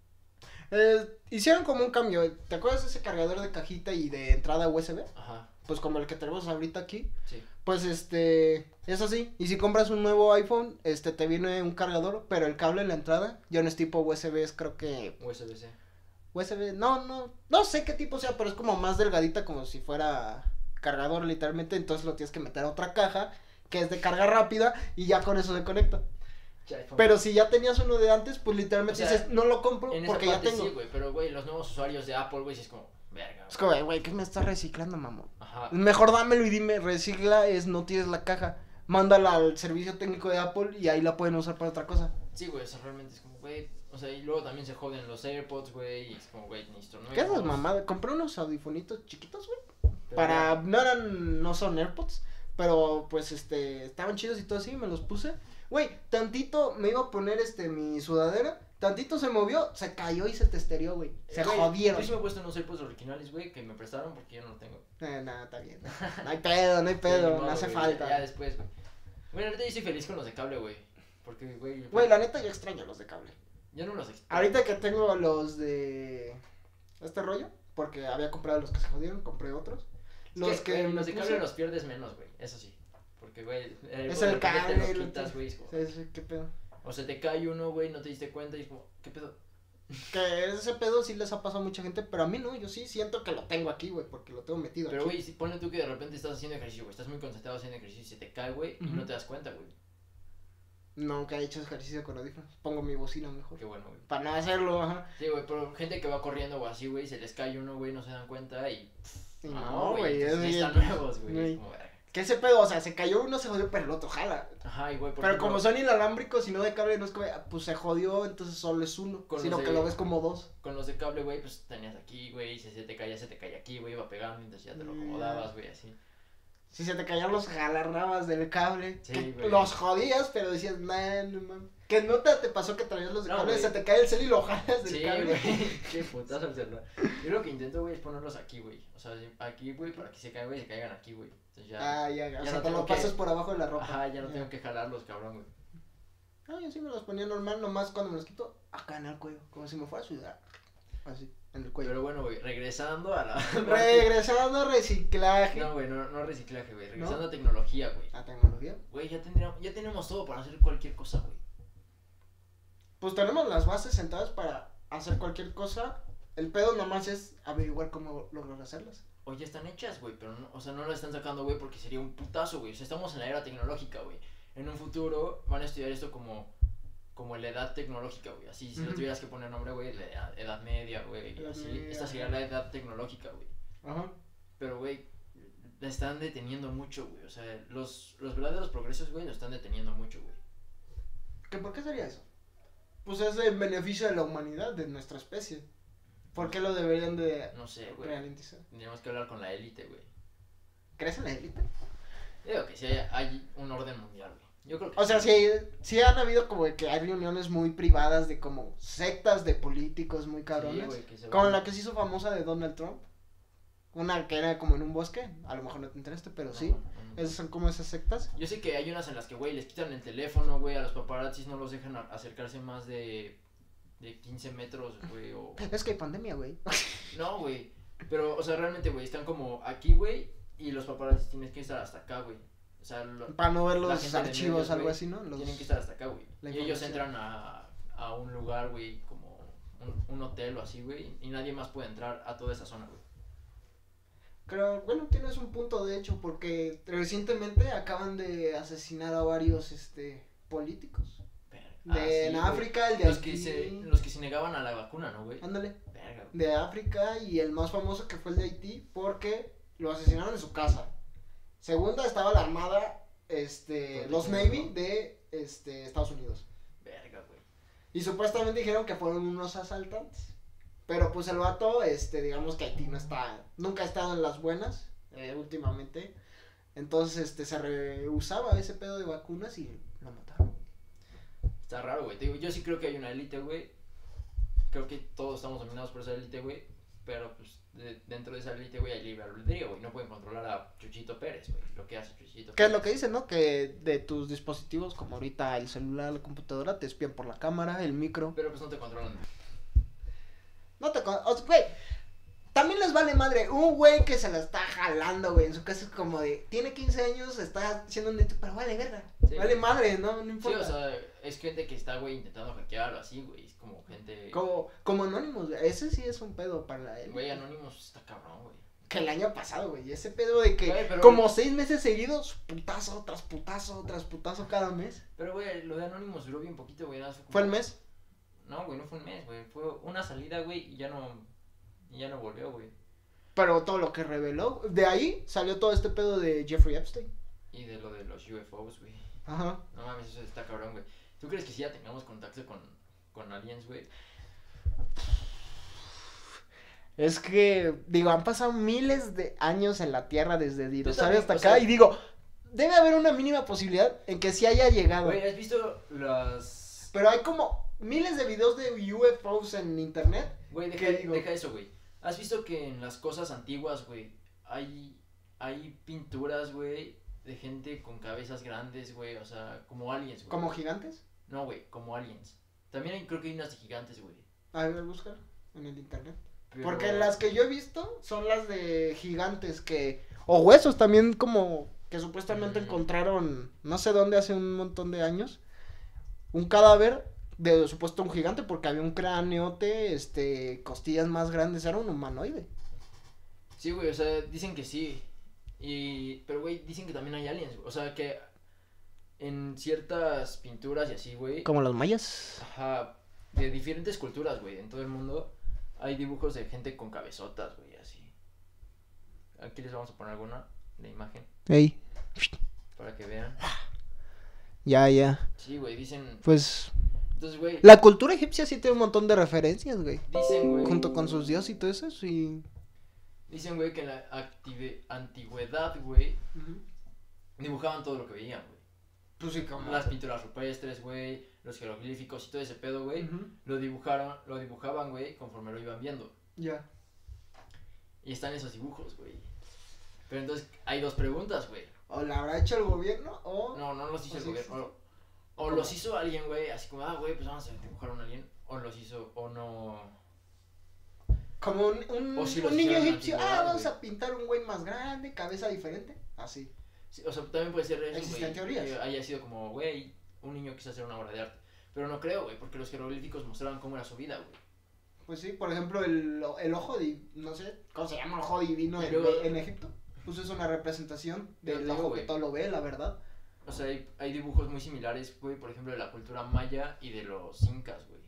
[SPEAKER 1] Eh, hicieron como un cambio. ¿Te acuerdas de ese cargador de cajita y de entrada U S B?
[SPEAKER 2] Ajá,
[SPEAKER 1] Pues como el que tenemos ahorita aquí.
[SPEAKER 2] sí.
[SPEAKER 1] Pues este, es así. Y si compras un nuevo iPhone, este te viene un cargador, pero el cable en la entrada ya no es tipo U S B, es creo que
[SPEAKER 2] U S B C.
[SPEAKER 1] U S B, no, no, no sé qué tipo sea, pero es como más delgadita, como si fuera cargador literalmente, entonces lo tienes que meter a otra caja, que es de carga rápida, y ya con eso se conecta.
[SPEAKER 2] Ya, iPhone.
[SPEAKER 1] Pero si ya tenías uno de antes, pues literalmente
[SPEAKER 2] O sea,
[SPEAKER 1] dices, no lo compro
[SPEAKER 2] En esa
[SPEAKER 1] porque ya
[SPEAKER 2] parte
[SPEAKER 1] tengo.
[SPEAKER 2] sí, güey, pero, güey, los nuevos usuarios de Apple, güey, sí es como, verga,
[SPEAKER 1] Es como, güey, ¿qué me estás reciclando, mamón?
[SPEAKER 2] Ajá.
[SPEAKER 1] Mejor dámelo y dime, recicla es, no tires la caja, mándala al servicio técnico de Apple y ahí la pueden usar para otra cosa.
[SPEAKER 2] Sí, güey, o sea, realmente es como, güey, o sea, y luego también se joden los AirPods, güey, y es como, güey, necesito nuevos.
[SPEAKER 1] ¿Qué haces, mamada? Compré unos audifonitos chiquitos, güey.
[SPEAKER 2] Pero,
[SPEAKER 1] Para,
[SPEAKER 2] güey,
[SPEAKER 1] no eran, no son AirPods, pero pues este, estaban chidos y todo así, me los puse. Güey, tantito me iba a poner este, mi sudadera, tantito se movió, se cayó y se testerió, güey. Se
[SPEAKER 2] güey,
[SPEAKER 1] jodieron.
[SPEAKER 2] Yo sí me he puesto unos AirPods originales, güey, que me prestaron porque yo no los tengo.
[SPEAKER 1] Eh, nada, está bien. No hay pedo, no hay
[SPEAKER 2] Sí,
[SPEAKER 1] pedo,
[SPEAKER 2] ni
[SPEAKER 1] no
[SPEAKER 2] modo,
[SPEAKER 1] hace
[SPEAKER 2] güey,
[SPEAKER 1] falta.
[SPEAKER 2] Ya, ya después, güey. Bueno, ahorita yo estoy feliz con los de cable, güey. Porque, güey.
[SPEAKER 1] Güey, la neta yo extraño los de cable.
[SPEAKER 2] Yo no los extraño.
[SPEAKER 1] Ahorita que tengo los de este rollo, porque había comprado los que se jodieron, compré otros. Los
[SPEAKER 2] Es
[SPEAKER 1] que,
[SPEAKER 2] güey,
[SPEAKER 1] me
[SPEAKER 2] los de
[SPEAKER 1] puse-
[SPEAKER 2] cable los pierdes menos, güey. Eso sí. Porque, güey.
[SPEAKER 1] Es
[SPEAKER 2] de
[SPEAKER 1] el
[SPEAKER 2] repente
[SPEAKER 1] cable,
[SPEAKER 2] Te
[SPEAKER 1] lo
[SPEAKER 2] lo quitas,
[SPEAKER 1] que-
[SPEAKER 2] güey. es como-
[SPEAKER 1] Sí, sí, qué pedo.
[SPEAKER 2] O se te cae uno, güey, no te diste cuenta y es como, ¿qué pedo?
[SPEAKER 1] Que ese pedo sí les ha pasado a mucha gente, pero a mí no, yo sí siento que lo tengo aquí, güey, porque lo tengo metido
[SPEAKER 2] Pero,
[SPEAKER 1] aquí.
[SPEAKER 2] güey, si ponle tú que de repente estás haciendo ejercicio, güey, estás muy concentrado haciendo ejercicio y se te cae, güey, y
[SPEAKER 1] Ujú.
[SPEAKER 2] no te das cuenta, güey.
[SPEAKER 1] Nunca he hecho ejercicio con audífonos, pongo mi bocina mejor.
[SPEAKER 2] Qué bueno, güey.
[SPEAKER 1] Para no hacerlo, ajá.
[SPEAKER 2] Sí, güey, pero gente que va corriendo o así, güey, se les cae uno, güey, no se dan cuenta y...
[SPEAKER 1] Y
[SPEAKER 2] ah,
[SPEAKER 1] no, güey, es
[SPEAKER 2] entonces ya
[SPEAKER 1] bien-
[SPEAKER 2] están nuevos, güey.
[SPEAKER 1] güey.
[SPEAKER 2] Es como, verga.
[SPEAKER 1] Que ese pedo, o sea, se cayó uno, se jodió, pero el otro jala.
[SPEAKER 2] Ajá, y güey, por
[SPEAKER 1] Pero
[SPEAKER 2] ejemplo,
[SPEAKER 1] como son inalámbricos y no de cable, no es que, pues se jodió, entonces solo es uno,
[SPEAKER 2] Con
[SPEAKER 1] sino
[SPEAKER 2] los
[SPEAKER 1] que
[SPEAKER 2] de-
[SPEAKER 1] lo ves como dos.
[SPEAKER 2] con los de cable, güey, pues tenías aquí, güey, si se te caía, se te caía aquí, güey, iba pegando, entonces ya te lo
[SPEAKER 1] Mm.
[SPEAKER 2] acomodabas, güey, así.
[SPEAKER 1] Si se te caían los jalarrabas del cable,
[SPEAKER 2] Sí,
[SPEAKER 1] que
[SPEAKER 2] güey.
[SPEAKER 1] los jodías, pero decías, man, no mames. Que no te, te pasó que traías los de
[SPEAKER 2] No,
[SPEAKER 1] cable,
[SPEAKER 2] güey.
[SPEAKER 1] se te cae el cel y lo jalas del
[SPEAKER 2] Sí,
[SPEAKER 1] cable.
[SPEAKER 2] güey, qué putazo el celular. Yo lo que intento, güey, es ponerlos aquí, güey, o sea, aquí, güey, para que se caigan, güey, se caigan aquí, güey. Entonces ya,
[SPEAKER 1] Ah, ya, ya, o
[SPEAKER 2] ya
[SPEAKER 1] sea,
[SPEAKER 2] no
[SPEAKER 1] te lo
[SPEAKER 2] tengo que-
[SPEAKER 1] pasas por abajo de la ropa.
[SPEAKER 2] ajá, ya no tengo que jalarlos, cabrón, güey.
[SPEAKER 1] Ah, yo sí me los ponía normal, nomás cuando me los quito, acá en el cuello, como si me fuera a sudar. Así, en el cuello.
[SPEAKER 2] Pero bueno, güey, regresando a la...
[SPEAKER 1] Regresando a reciclaje.
[SPEAKER 2] No, güey, no, no reciclaje, güey, regresando a tecnología, güey.
[SPEAKER 1] La tecnología.
[SPEAKER 2] Güey, ya tendríamos, ya tenemos todo para hacer cualquier cosa, güey.
[SPEAKER 1] Pues tenemos las bases sentadas para hacer cualquier cosa. El pedo nomás es averiguar cómo lograr hacerlas.
[SPEAKER 2] O ya están hechas, güey, pero no, o sea, no las están sacando, güey, porque sería un putazo, güey. O sea, estamos en la era tecnológica, güey. En un futuro van a estudiar esto como, como la edad tecnológica, güey. Así, si
[SPEAKER 1] Ujú.
[SPEAKER 2] lo tuvieras que poner nombre, güey, la edad, edad media, güey.
[SPEAKER 1] Edad
[SPEAKER 2] Así,
[SPEAKER 1] media,
[SPEAKER 2] esta sería
[SPEAKER 1] ajá.
[SPEAKER 2] la edad tecnológica, güey.
[SPEAKER 1] Ajá.
[SPEAKER 2] Pero, güey, la están deteniendo mucho, güey. O sea, los, los verdaderos progresos, güey, lo están deteniendo mucho, güey.
[SPEAKER 1] ¿Que por qué sería eso? Pues es en beneficio de la humanidad, de nuestra especie. ¿Por qué lo deberían de
[SPEAKER 2] No sé, güey.
[SPEAKER 1] ralentizar?
[SPEAKER 2] Tendríamos que hablar con la élite, güey.
[SPEAKER 1] ¿Crees en la élite?
[SPEAKER 2] Yo digo que sí hay, hay un orden mundial, güey. Yo creo que
[SPEAKER 1] O sea, sí, sí han habido como que hay reuniones muy privadas de como sectas de políticos muy cabrones.
[SPEAKER 2] Sí, güey, que se
[SPEAKER 1] Como
[SPEAKER 2] van-
[SPEAKER 1] la que se hizo famosa de Donald Trump. Una que era como en un bosque. A lo mejor no te enteraste, pero
[SPEAKER 2] No,
[SPEAKER 1] sí.
[SPEAKER 2] no, no.
[SPEAKER 1] Esas son como esas sectas.
[SPEAKER 2] Yo sé que hay unas en las que, güey, les quitan el teléfono, güey, a los paparazzis no los dejan a- acercarse más de, de quince metros, güey, o...
[SPEAKER 1] Es que hay pandemia, güey.
[SPEAKER 2] No, güey, pero, o sea, realmente, güey, están como aquí, güey, y los paparazzis tienen que estar hasta acá, güey. O sea, lo-
[SPEAKER 1] Para no ver
[SPEAKER 2] La
[SPEAKER 1] los
[SPEAKER 2] gente de
[SPEAKER 1] archivos,
[SPEAKER 2] medios,
[SPEAKER 1] algo
[SPEAKER 2] güey,
[SPEAKER 1] así, ¿no? Los...
[SPEAKER 2] tienen que estar hasta acá, güey.
[SPEAKER 1] La
[SPEAKER 2] Y ellos
[SPEAKER 1] información.
[SPEAKER 2] entran a, a un lugar, güey, como un, un hotel o así, güey, y nadie más puede entrar a toda esa zona, güey.
[SPEAKER 1] Pero bueno, tienes un punto de hecho, porque recientemente acaban de asesinar a varios este políticos.
[SPEAKER 2] Verga.
[SPEAKER 1] De
[SPEAKER 2] Ah, sí,
[SPEAKER 1] en
[SPEAKER 2] güey.
[SPEAKER 1] África, el de
[SPEAKER 2] Los
[SPEAKER 1] aquí.
[SPEAKER 2] que, se, los que se negaban a la vacuna, ¿no, güey?
[SPEAKER 1] Ándale.
[SPEAKER 2] Verga, güey.
[SPEAKER 1] De África y el más famoso que fue el de Haití, porque lo asesinaron en su casa. Segunda estaba la armada, este,
[SPEAKER 2] Con
[SPEAKER 1] los
[SPEAKER 2] dinero,
[SPEAKER 1] Navy
[SPEAKER 2] ¿no?
[SPEAKER 1] de este Estados Unidos.
[SPEAKER 2] Verga, güey.
[SPEAKER 1] Y supuestamente dijeron que fueron unos asaltantes. Pero pues el vato, este, digamos que Haití no está, nunca ha estado en las buenas, eh, últimamente. Entonces, este, se rehusaba ese pedo de vacunas y lo mataron.
[SPEAKER 2] Está raro, güey. Te digo, yo sí creo que hay una élite, güey. Creo que todos estamos dominados por esa élite, güey. Pero, pues, de- dentro de esa élite, güey, hay libre albedrío, güey. No pueden controlar a Chuchito Pérez, güey. Lo que hace Chuchito
[SPEAKER 1] ¿Qué es
[SPEAKER 2] Pérez.
[SPEAKER 1] lo que dicen, no? Que de tus dispositivos, como ahorita el celular, la computadora, te espían por la cámara, el micro.
[SPEAKER 2] Pero, pues, no te controlan.
[SPEAKER 1] No te con... o sea, güey, también les vale madre. Un güey que se la está jalando, güey, en su casa es como de, tiene quince años, está haciendo un neto, pero vale verga.
[SPEAKER 2] Sí,
[SPEAKER 1] vale
[SPEAKER 2] güey.
[SPEAKER 1] madre, no, no
[SPEAKER 2] Sí,
[SPEAKER 1] importa.
[SPEAKER 2] o sea, es gente que está, güey, intentando hackear o así, güey. Es como gente...
[SPEAKER 1] como, como Anonymous, güey, ese sí es un pedo para él.
[SPEAKER 2] Güey, Anonymous está cabrón, güey.
[SPEAKER 1] Que el año pasado, güey, ese pedo de que
[SPEAKER 2] Güey, pero-
[SPEAKER 1] como seis meses seguidos, putazo tras putazo tras putazo cada mes.
[SPEAKER 2] Pero, güey, lo de Anonymous duró bien poquito, güey. nada más como-
[SPEAKER 1] ¿Fue el mes?
[SPEAKER 2] No, güey, no fue un mes, güey. Fue una salida, güey, y ya no... Y ya no volvió, güey.
[SPEAKER 1] Pero todo lo que reveló, de ahí salió todo este pedo de Jeffrey Epstein.
[SPEAKER 2] Y de lo de los U F Os, güey.
[SPEAKER 1] Ajá.
[SPEAKER 2] No mames, eso está cabrón, güey. ¿Tú crees que si ya tengamos contacto con, con aliens, güey?
[SPEAKER 1] Es que, digo, han pasado miles de años en la Tierra desde dinosaurio hasta
[SPEAKER 2] también,
[SPEAKER 1] acá
[SPEAKER 2] o sea-
[SPEAKER 1] y digo, debe haber una mínima posibilidad en que sí haya llegado.
[SPEAKER 2] Güey, ¿has visto las...
[SPEAKER 1] Pero hay como miles de videos de U F Os en internet.
[SPEAKER 2] Güey,
[SPEAKER 1] ¿Qué
[SPEAKER 2] deja,
[SPEAKER 1] digo?
[SPEAKER 2] deja eso, güey. ¿Has visto que en las cosas antiguas, güey, hay, hay pinturas, güey, de gente con cabezas grandes, güey? O sea, como aliens, güey.
[SPEAKER 1] ¿Como gigantes?
[SPEAKER 2] No, güey, como aliens. También hay, creo que hay unas de gigantes, güey.
[SPEAKER 1] A ver, buscar en el internet.
[SPEAKER 2] Pero-
[SPEAKER 1] Porque las que yo he visto son las de gigantes que... O huesos también como que supuestamente
[SPEAKER 2] Mm.
[SPEAKER 1] encontraron no sé dónde hace un montón de años. un cadáver de supuesto un gigante porque había un craneote, este, costillas más grandes, era un humanoide.
[SPEAKER 2] Sí, güey, o sea, dicen que sí. Y, pero, güey, dicen que también hay aliens, güey. O sea, que en ciertas pinturas y así, güey.
[SPEAKER 1] Como los mayas.
[SPEAKER 2] Ajá, de diferentes culturas, güey, en todo el mundo hay dibujos de gente con cabezotas, güey, así. Aquí les vamos a poner alguna de imagen
[SPEAKER 1] Ey,
[SPEAKER 2] para que vean.
[SPEAKER 1] ya, ya.
[SPEAKER 2] Sí, güey, dicen.
[SPEAKER 1] Pues
[SPEAKER 2] Entonces, güey,
[SPEAKER 1] la cultura egipcia sí tiene un montón de referencias, güey.
[SPEAKER 2] dicen, güey.
[SPEAKER 1] Junto con sus dioses y todo eso, sí.
[SPEAKER 2] Dicen, güey, que en la active- antigüedad, güey, dibujaban todo lo que veían, güey.
[SPEAKER 1] Pues sí, como.
[SPEAKER 2] Las pinturas rupestres, güey, los jeroglíficos y todo ese pedo, güey,
[SPEAKER 1] Ujú.
[SPEAKER 2] lo dibujaron, lo dibujaban, güey, conforme lo iban viendo.
[SPEAKER 1] Ya.
[SPEAKER 2] Y están esos dibujos, güey. Pero entonces hay dos preguntas, güey.
[SPEAKER 1] O la habrá hecho el gobierno o.
[SPEAKER 2] No, no los hizo
[SPEAKER 1] ¿O
[SPEAKER 2] el
[SPEAKER 1] sí
[SPEAKER 2] gobierno.
[SPEAKER 1] existe?
[SPEAKER 2] O, o los hizo alguien, güey, así como, ah, güey, pues vamos a dibujar a un alien. O los hizo, o no.
[SPEAKER 1] Como un, un,
[SPEAKER 2] O si los
[SPEAKER 1] un niño
[SPEAKER 2] hicieron en la
[SPEAKER 1] egipcio.
[SPEAKER 2] antigüedad,
[SPEAKER 1] Ah, vamos
[SPEAKER 2] güey.
[SPEAKER 1] a pintar un güey más grande, cabeza diferente. Así.
[SPEAKER 2] Sí, o sea, también puede ser eso,
[SPEAKER 1] Existen
[SPEAKER 2] güey.
[SPEAKER 1] teorías.
[SPEAKER 2] Que haya sido como, güey, un niño quiso hacer una obra de arte. Pero no creo, güey, porque los jeroglíficos mostraban cómo era su vida, güey.
[SPEAKER 1] Pues sí, por ejemplo, el, el ojo de. No sé, ¿cómo se llama? El ojo divino en,
[SPEAKER 2] Pero-
[SPEAKER 1] en Egipto. Pues es una representación
[SPEAKER 2] Pero
[SPEAKER 1] del
[SPEAKER 2] te digo,
[SPEAKER 1] ojo que
[SPEAKER 2] güey.
[SPEAKER 1] todo lo ve, la verdad.
[SPEAKER 2] O sea, hay, hay dibujos muy similares, güey, por ejemplo, de la cultura maya y de los incas, güey.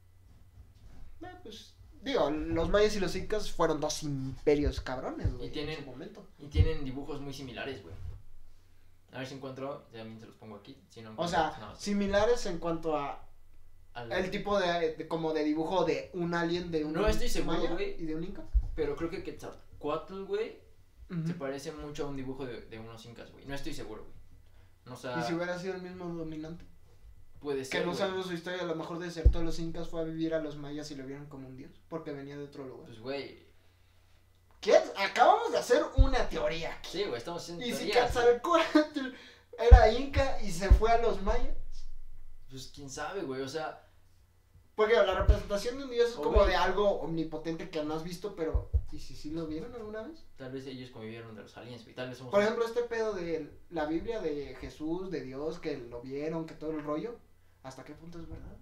[SPEAKER 1] Eh, pues. Digo, los mayas y los incas fueron dos imperios cabrones, güey.
[SPEAKER 2] Y tienen-
[SPEAKER 1] En su momento.
[SPEAKER 2] Y tienen dibujos muy similares, güey. A ver si encuentro, también se los pongo aquí. Si no
[SPEAKER 1] O
[SPEAKER 2] encuentro,
[SPEAKER 1] sea,
[SPEAKER 2] pues nada más.
[SPEAKER 1] similares en cuanto a
[SPEAKER 2] Al-
[SPEAKER 1] el tipo de, de- como de dibujo de un alien de un
[SPEAKER 2] No estoy seguro,
[SPEAKER 1] maya
[SPEAKER 2] güey.
[SPEAKER 1] y de un inca.
[SPEAKER 2] Pero creo que Quetzalcoatl, güey,
[SPEAKER 1] Ujú.
[SPEAKER 2] se parece mucho a un dibujo de, de unos incas, güey. No estoy seguro, güey. No sé,
[SPEAKER 1] Y si hubiera sido el mismo dominante.
[SPEAKER 2] puede
[SPEAKER 1] Que
[SPEAKER 2] ser,
[SPEAKER 1] no
[SPEAKER 2] güey.
[SPEAKER 1] sabemos su historia, a lo mejor desertó de los incas, fue a vivir a los mayas y lo vieron como un dios, porque venía de otro lugar.
[SPEAKER 2] Pues, güey,
[SPEAKER 1] ¿Qué? Acabamos de hacer una teoría aquí.
[SPEAKER 2] sí, güey, estamos haciendo
[SPEAKER 1] Y si
[SPEAKER 2] teorías, güey.
[SPEAKER 1] Quetzalcóatl era inca y se fue a los mayas.
[SPEAKER 2] Pues, quién sabe, güey, o sea,
[SPEAKER 1] Porque la representación de un dios es
[SPEAKER 2] O,
[SPEAKER 1] como
[SPEAKER 2] güey.
[SPEAKER 1] de algo omnipotente que no has visto, pero ¿y si sí lo vieron alguna vez?
[SPEAKER 2] tal vez ellos convivieron de los aliens, güey. Tal vez somos...
[SPEAKER 1] Por ejemplo, este pedo de la Biblia de Jesús, de Dios, que lo vieron, que todo el rollo, ¿hasta qué punto es verdad?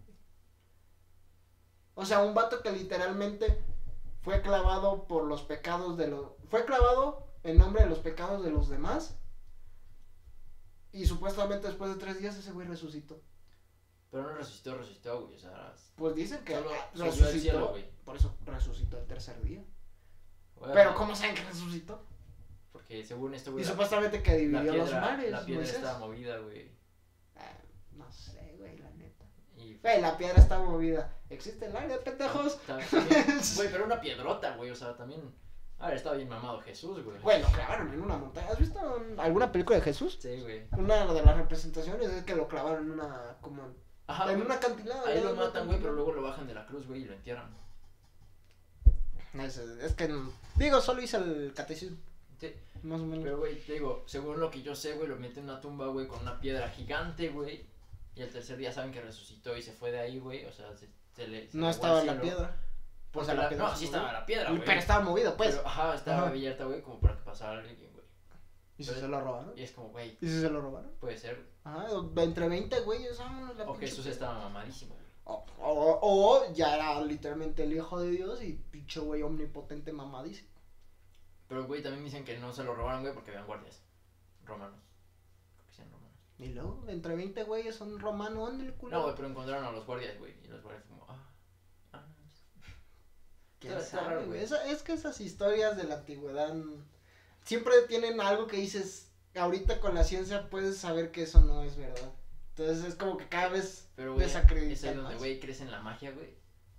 [SPEAKER 1] O sea, un vato que literalmente fue clavado por los pecados de los... Fue clavado en nombre de los pecados de los demás. Y supuestamente después de tres días ese güey resucitó.
[SPEAKER 2] Pero no resucitó, resucitó, güey, o sea...
[SPEAKER 1] Pues dicen que
[SPEAKER 2] Solo
[SPEAKER 1] ah,
[SPEAKER 2] subió al
[SPEAKER 1] resucitó.
[SPEAKER 2] cielo, güey.
[SPEAKER 1] Por eso resucitó el tercer día.
[SPEAKER 2] güey,
[SPEAKER 1] Pero ¿cómo saben que resucitó?
[SPEAKER 2] Porque según esto,
[SPEAKER 1] Y
[SPEAKER 2] güey, la,
[SPEAKER 1] supuestamente que
[SPEAKER 2] la
[SPEAKER 1] dividió los
[SPEAKER 2] piedra,
[SPEAKER 1] mares.
[SPEAKER 2] la piedra
[SPEAKER 1] Moisés.
[SPEAKER 2] estaba movida, güey.
[SPEAKER 1] Ah, no sé, güey, la neta.
[SPEAKER 2] Y...
[SPEAKER 1] Güey, la piedra está movida. ¿Existe el aire, pendejos?
[SPEAKER 2] Ta- también- Güey, pero una piedrota, güey, o sea, también... A ver, estaba bien mamado Jesús, güey.
[SPEAKER 1] Güey, lo clavaron en una montaña. ¿Has visto un- alguna película de Jesús?
[SPEAKER 2] Sí, güey.
[SPEAKER 1] Una de las representaciones es que lo clavaron en una, como,
[SPEAKER 2] Ajá,
[SPEAKER 1] en
[SPEAKER 2] güey.
[SPEAKER 1] una acantilado.
[SPEAKER 2] Ahí
[SPEAKER 1] ¿no?
[SPEAKER 2] lo
[SPEAKER 1] Una
[SPEAKER 2] matan, güey, pero
[SPEAKER 1] acantilado.
[SPEAKER 2] luego lo bajan de la cruz, güey, y lo entierran.
[SPEAKER 1] Es, es que, digo, solo hice el catecismo,
[SPEAKER 2] Sí,
[SPEAKER 1] más o menos.
[SPEAKER 2] pero, güey, te digo, según lo que yo sé, güey, lo meten en una tumba, güey, con una piedra gigante, güey. Y el tercer día saben que resucitó y se fue de ahí, güey, o sea, se, se le... se
[SPEAKER 1] No
[SPEAKER 2] elevó
[SPEAKER 1] estaba
[SPEAKER 2] al
[SPEAKER 1] la
[SPEAKER 2] cielo.
[SPEAKER 1] piedra.
[SPEAKER 2] Porque
[SPEAKER 1] O sea, la
[SPEAKER 2] la-
[SPEAKER 1] piedra
[SPEAKER 2] no,
[SPEAKER 1] se
[SPEAKER 2] sí
[SPEAKER 1] movió.
[SPEAKER 2] estaba la piedra, güey.
[SPEAKER 1] Pero estaba movida, pues.
[SPEAKER 2] Pero, ajá, estaba
[SPEAKER 1] Ajá.
[SPEAKER 2] abierta, güey, como para que pasara alguien, güey.
[SPEAKER 1] ¿Y si
[SPEAKER 2] pero-
[SPEAKER 1] se lo robaron?
[SPEAKER 2] Y es como, güey,
[SPEAKER 1] ¿Y si se lo robaron?
[SPEAKER 2] puede ser.
[SPEAKER 1] Ajá, entre veinte güeyes, vámonos la
[SPEAKER 2] O
[SPEAKER 1] pinche
[SPEAKER 2] Jesús
[SPEAKER 1] piedra.
[SPEAKER 2] estaba mamadísimo, güey.
[SPEAKER 1] O, o, o ya era literalmente el hijo de Dios y pinche güey omnipotente mamadísimo.
[SPEAKER 2] Pero, güey, también dicen que no se lo robaron, güey, porque habían guardias romanos. Creo que sean romanos.
[SPEAKER 1] Y luego, entre veinte güeyes son romanos, ándale, culo.
[SPEAKER 2] No, güey, pero encontraron a los guardias, güey. Y los guardias como, ah, ah.
[SPEAKER 1] ¿Quién
[SPEAKER 2] está- está
[SPEAKER 1] sabe,
[SPEAKER 2] raro,
[SPEAKER 1] güey?
[SPEAKER 2] güey.
[SPEAKER 1] Esa- es que esas historias de la antigüedad mm, siempre tienen algo que dices, ahorita con la ciencia puedes saber que eso no es verdad. Entonces es como que cada vez
[SPEAKER 2] Pero, güey,
[SPEAKER 1] desacreditan
[SPEAKER 2] es ahí donde,
[SPEAKER 1] más.
[SPEAKER 2] güey, crees en la magia, güey.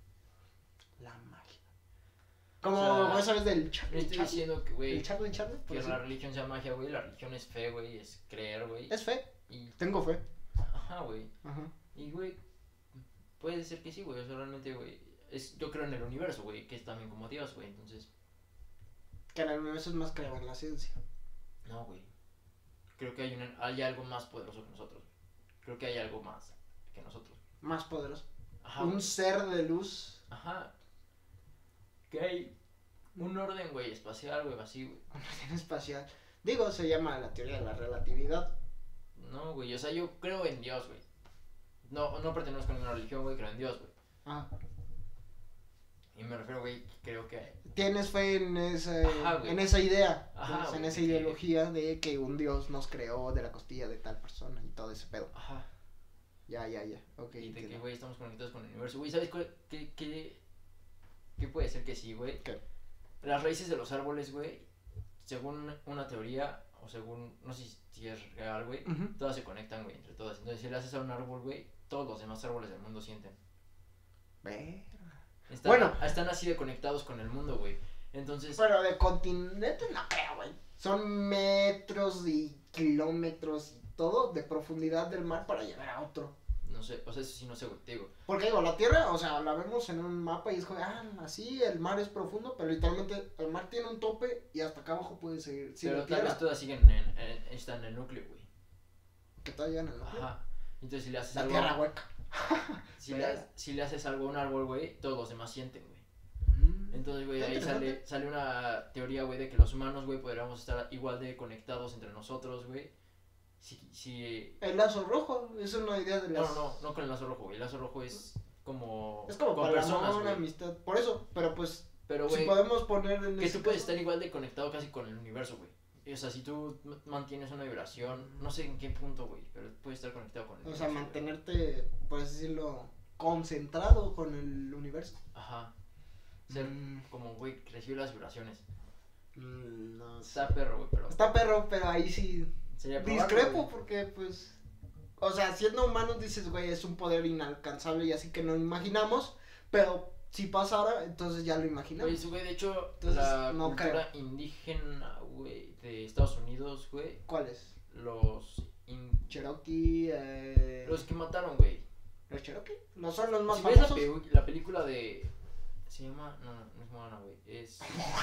[SPEAKER 1] La magia. Como,
[SPEAKER 2] O sea,
[SPEAKER 1] ¿cómo sabes del
[SPEAKER 2] No
[SPEAKER 1] Charlie
[SPEAKER 2] estoy
[SPEAKER 1] Charlie?
[SPEAKER 2] diciendo que, güey,
[SPEAKER 1] ¿El Charlie Charlie? Por
[SPEAKER 2] que
[SPEAKER 1] así.
[SPEAKER 2] la religión sea magia, güey. La religión es fe, güey, es creer, güey.
[SPEAKER 1] Es fe,
[SPEAKER 2] Y,
[SPEAKER 1] tengo fe.
[SPEAKER 2] ajá, güey.
[SPEAKER 1] Ajá.
[SPEAKER 2] Y, güey, puede ser que sí, güey. O sea, realmente, güey, es, yo creo en el universo, güey, que es también como Dios, güey. Entonces,
[SPEAKER 1] Que en el universo es más creer en la ciencia.
[SPEAKER 2] no, güey. Creo que hay, una, hay algo más poderoso que nosotros. Creo que hay algo más que nosotros.
[SPEAKER 1] Más poderoso.
[SPEAKER 2] Ajá,
[SPEAKER 1] Un
[SPEAKER 2] güey.
[SPEAKER 1] ser de luz.
[SPEAKER 2] Ajá. Que hay un orden, güey, espacial, güey, así, güey.
[SPEAKER 1] Un orden espacial. Digo, se llama la teoría de la relatividad.
[SPEAKER 2] No, güey, o sea, yo creo en Dios, güey. No, no pertenezco a ninguna religión, güey, creo en Dios, güey.
[SPEAKER 1] Ah.
[SPEAKER 2] Y me refiero, güey, creo que...
[SPEAKER 1] Tienes fe en esa,
[SPEAKER 2] Ajá, güey.
[SPEAKER 1] en esa idea,
[SPEAKER 2] Ajá,
[SPEAKER 1] pues, en
[SPEAKER 2] güey,
[SPEAKER 1] esa
[SPEAKER 2] de que-
[SPEAKER 1] ideología de que un Dios nos creó de la costilla de tal persona y todo ese pedo.
[SPEAKER 2] Ajá.
[SPEAKER 1] Ya, ya, ya. Ok,
[SPEAKER 2] Y de que,
[SPEAKER 1] entiendo.
[SPEAKER 2] güey, estamos conectados con el universo. Güey, ¿sabes cuál, qué, qué, qué puede ser que sí, güey?
[SPEAKER 1] ¿Qué?
[SPEAKER 2] Las raíces de los árboles, güey, según una teoría, o según, no sé si es real, güey,
[SPEAKER 1] Ujú.
[SPEAKER 2] todas se conectan, güey, entre todas. Entonces, si le haces a un árbol, güey, todos los demás árboles del mundo sienten.
[SPEAKER 1] Ve.
[SPEAKER 2] Están,
[SPEAKER 1] Bueno.
[SPEAKER 2] están así de conectados con el mundo, güey. Entonces,
[SPEAKER 1] Pero de continente no creo, güey. Son metros y kilómetros y todo de profundidad del mar para llegar a otro.
[SPEAKER 2] no sé, o sea, eso sí no sé, güey, te digo.
[SPEAKER 1] Porque digo, la Tierra, o sea, la vemos en un mapa y es como, ah, así el mar es profundo, pero literalmente el mar tiene un tope y hasta acá abajo puede seguir. Sí,
[SPEAKER 2] Pero
[SPEAKER 1] la
[SPEAKER 2] tal
[SPEAKER 1] Tierra,
[SPEAKER 2] vez todas siguen en, en- están en el núcleo, güey.
[SPEAKER 1] que está allá en el núcleo.
[SPEAKER 2] Ajá. Entonces, si le haces
[SPEAKER 1] La
[SPEAKER 2] algo...
[SPEAKER 1] Tierra hueca.
[SPEAKER 2] Si le, si le haces algo a un árbol, güey, todos los demás sienten, güey.
[SPEAKER 1] Mm.
[SPEAKER 2] Entonces, güey,
[SPEAKER 1] Está
[SPEAKER 2] ahí sale,
[SPEAKER 1] interesante.
[SPEAKER 2] sale una teoría, güey, de que los humanos, güey, podríamos estar igual de conectados entre nosotros, güey. Si, si...
[SPEAKER 1] El lazo rojo es una idea de
[SPEAKER 2] No,
[SPEAKER 1] las...
[SPEAKER 2] no, no, no con el lazo rojo, güey. El lazo rojo es como...
[SPEAKER 1] Es como
[SPEAKER 2] con
[SPEAKER 1] para
[SPEAKER 2] personas,
[SPEAKER 1] una
[SPEAKER 2] güey.
[SPEAKER 1] amistad, por eso, pero pues,
[SPEAKER 2] Pero,
[SPEAKER 1] si
[SPEAKER 2] güey,
[SPEAKER 1] podemos poner en
[SPEAKER 2] que
[SPEAKER 1] ese
[SPEAKER 2] tú puedes
[SPEAKER 1] caso-
[SPEAKER 2] estar igual de conectado casi con el universo, güey. O sea, si tú m- mantienes una vibración, no sé en qué punto, güey, pero puedes estar conectado con el
[SPEAKER 1] O sea,
[SPEAKER 2] universo, güey.
[SPEAKER 1] mantenerte, por así decirlo, concentrado con el universo.
[SPEAKER 2] Ajá. Ser
[SPEAKER 1] Mm,
[SPEAKER 2] como, güey, recibir las vibraciones.
[SPEAKER 1] mm, no sé.
[SPEAKER 2] Está perro, güey, pero...
[SPEAKER 1] Está perro, pero ahí sí
[SPEAKER 2] Sería probarlo,
[SPEAKER 1] discrepo
[SPEAKER 2] güey.
[SPEAKER 1] porque pues, o sea, siendo humanos dices, güey, es un poder inalcanzable y así que no imaginamos, pero si pasara, entonces ya lo imaginamos.
[SPEAKER 2] Güey, güey, de hecho,
[SPEAKER 1] Entonces,
[SPEAKER 2] la
[SPEAKER 1] no
[SPEAKER 2] cultura indígena, güey, de Estados Unidos, güey,
[SPEAKER 1] ¿Cuál es?
[SPEAKER 2] los... in-
[SPEAKER 1] Cherokee, eh...
[SPEAKER 2] Los que mataron, güey.
[SPEAKER 1] ¿Los Cherokee? No son los más
[SPEAKER 2] Si ves la,
[SPEAKER 1] famosos.
[SPEAKER 2] pe- la película de... Se llama... No, no, no es Moana, güey. Es...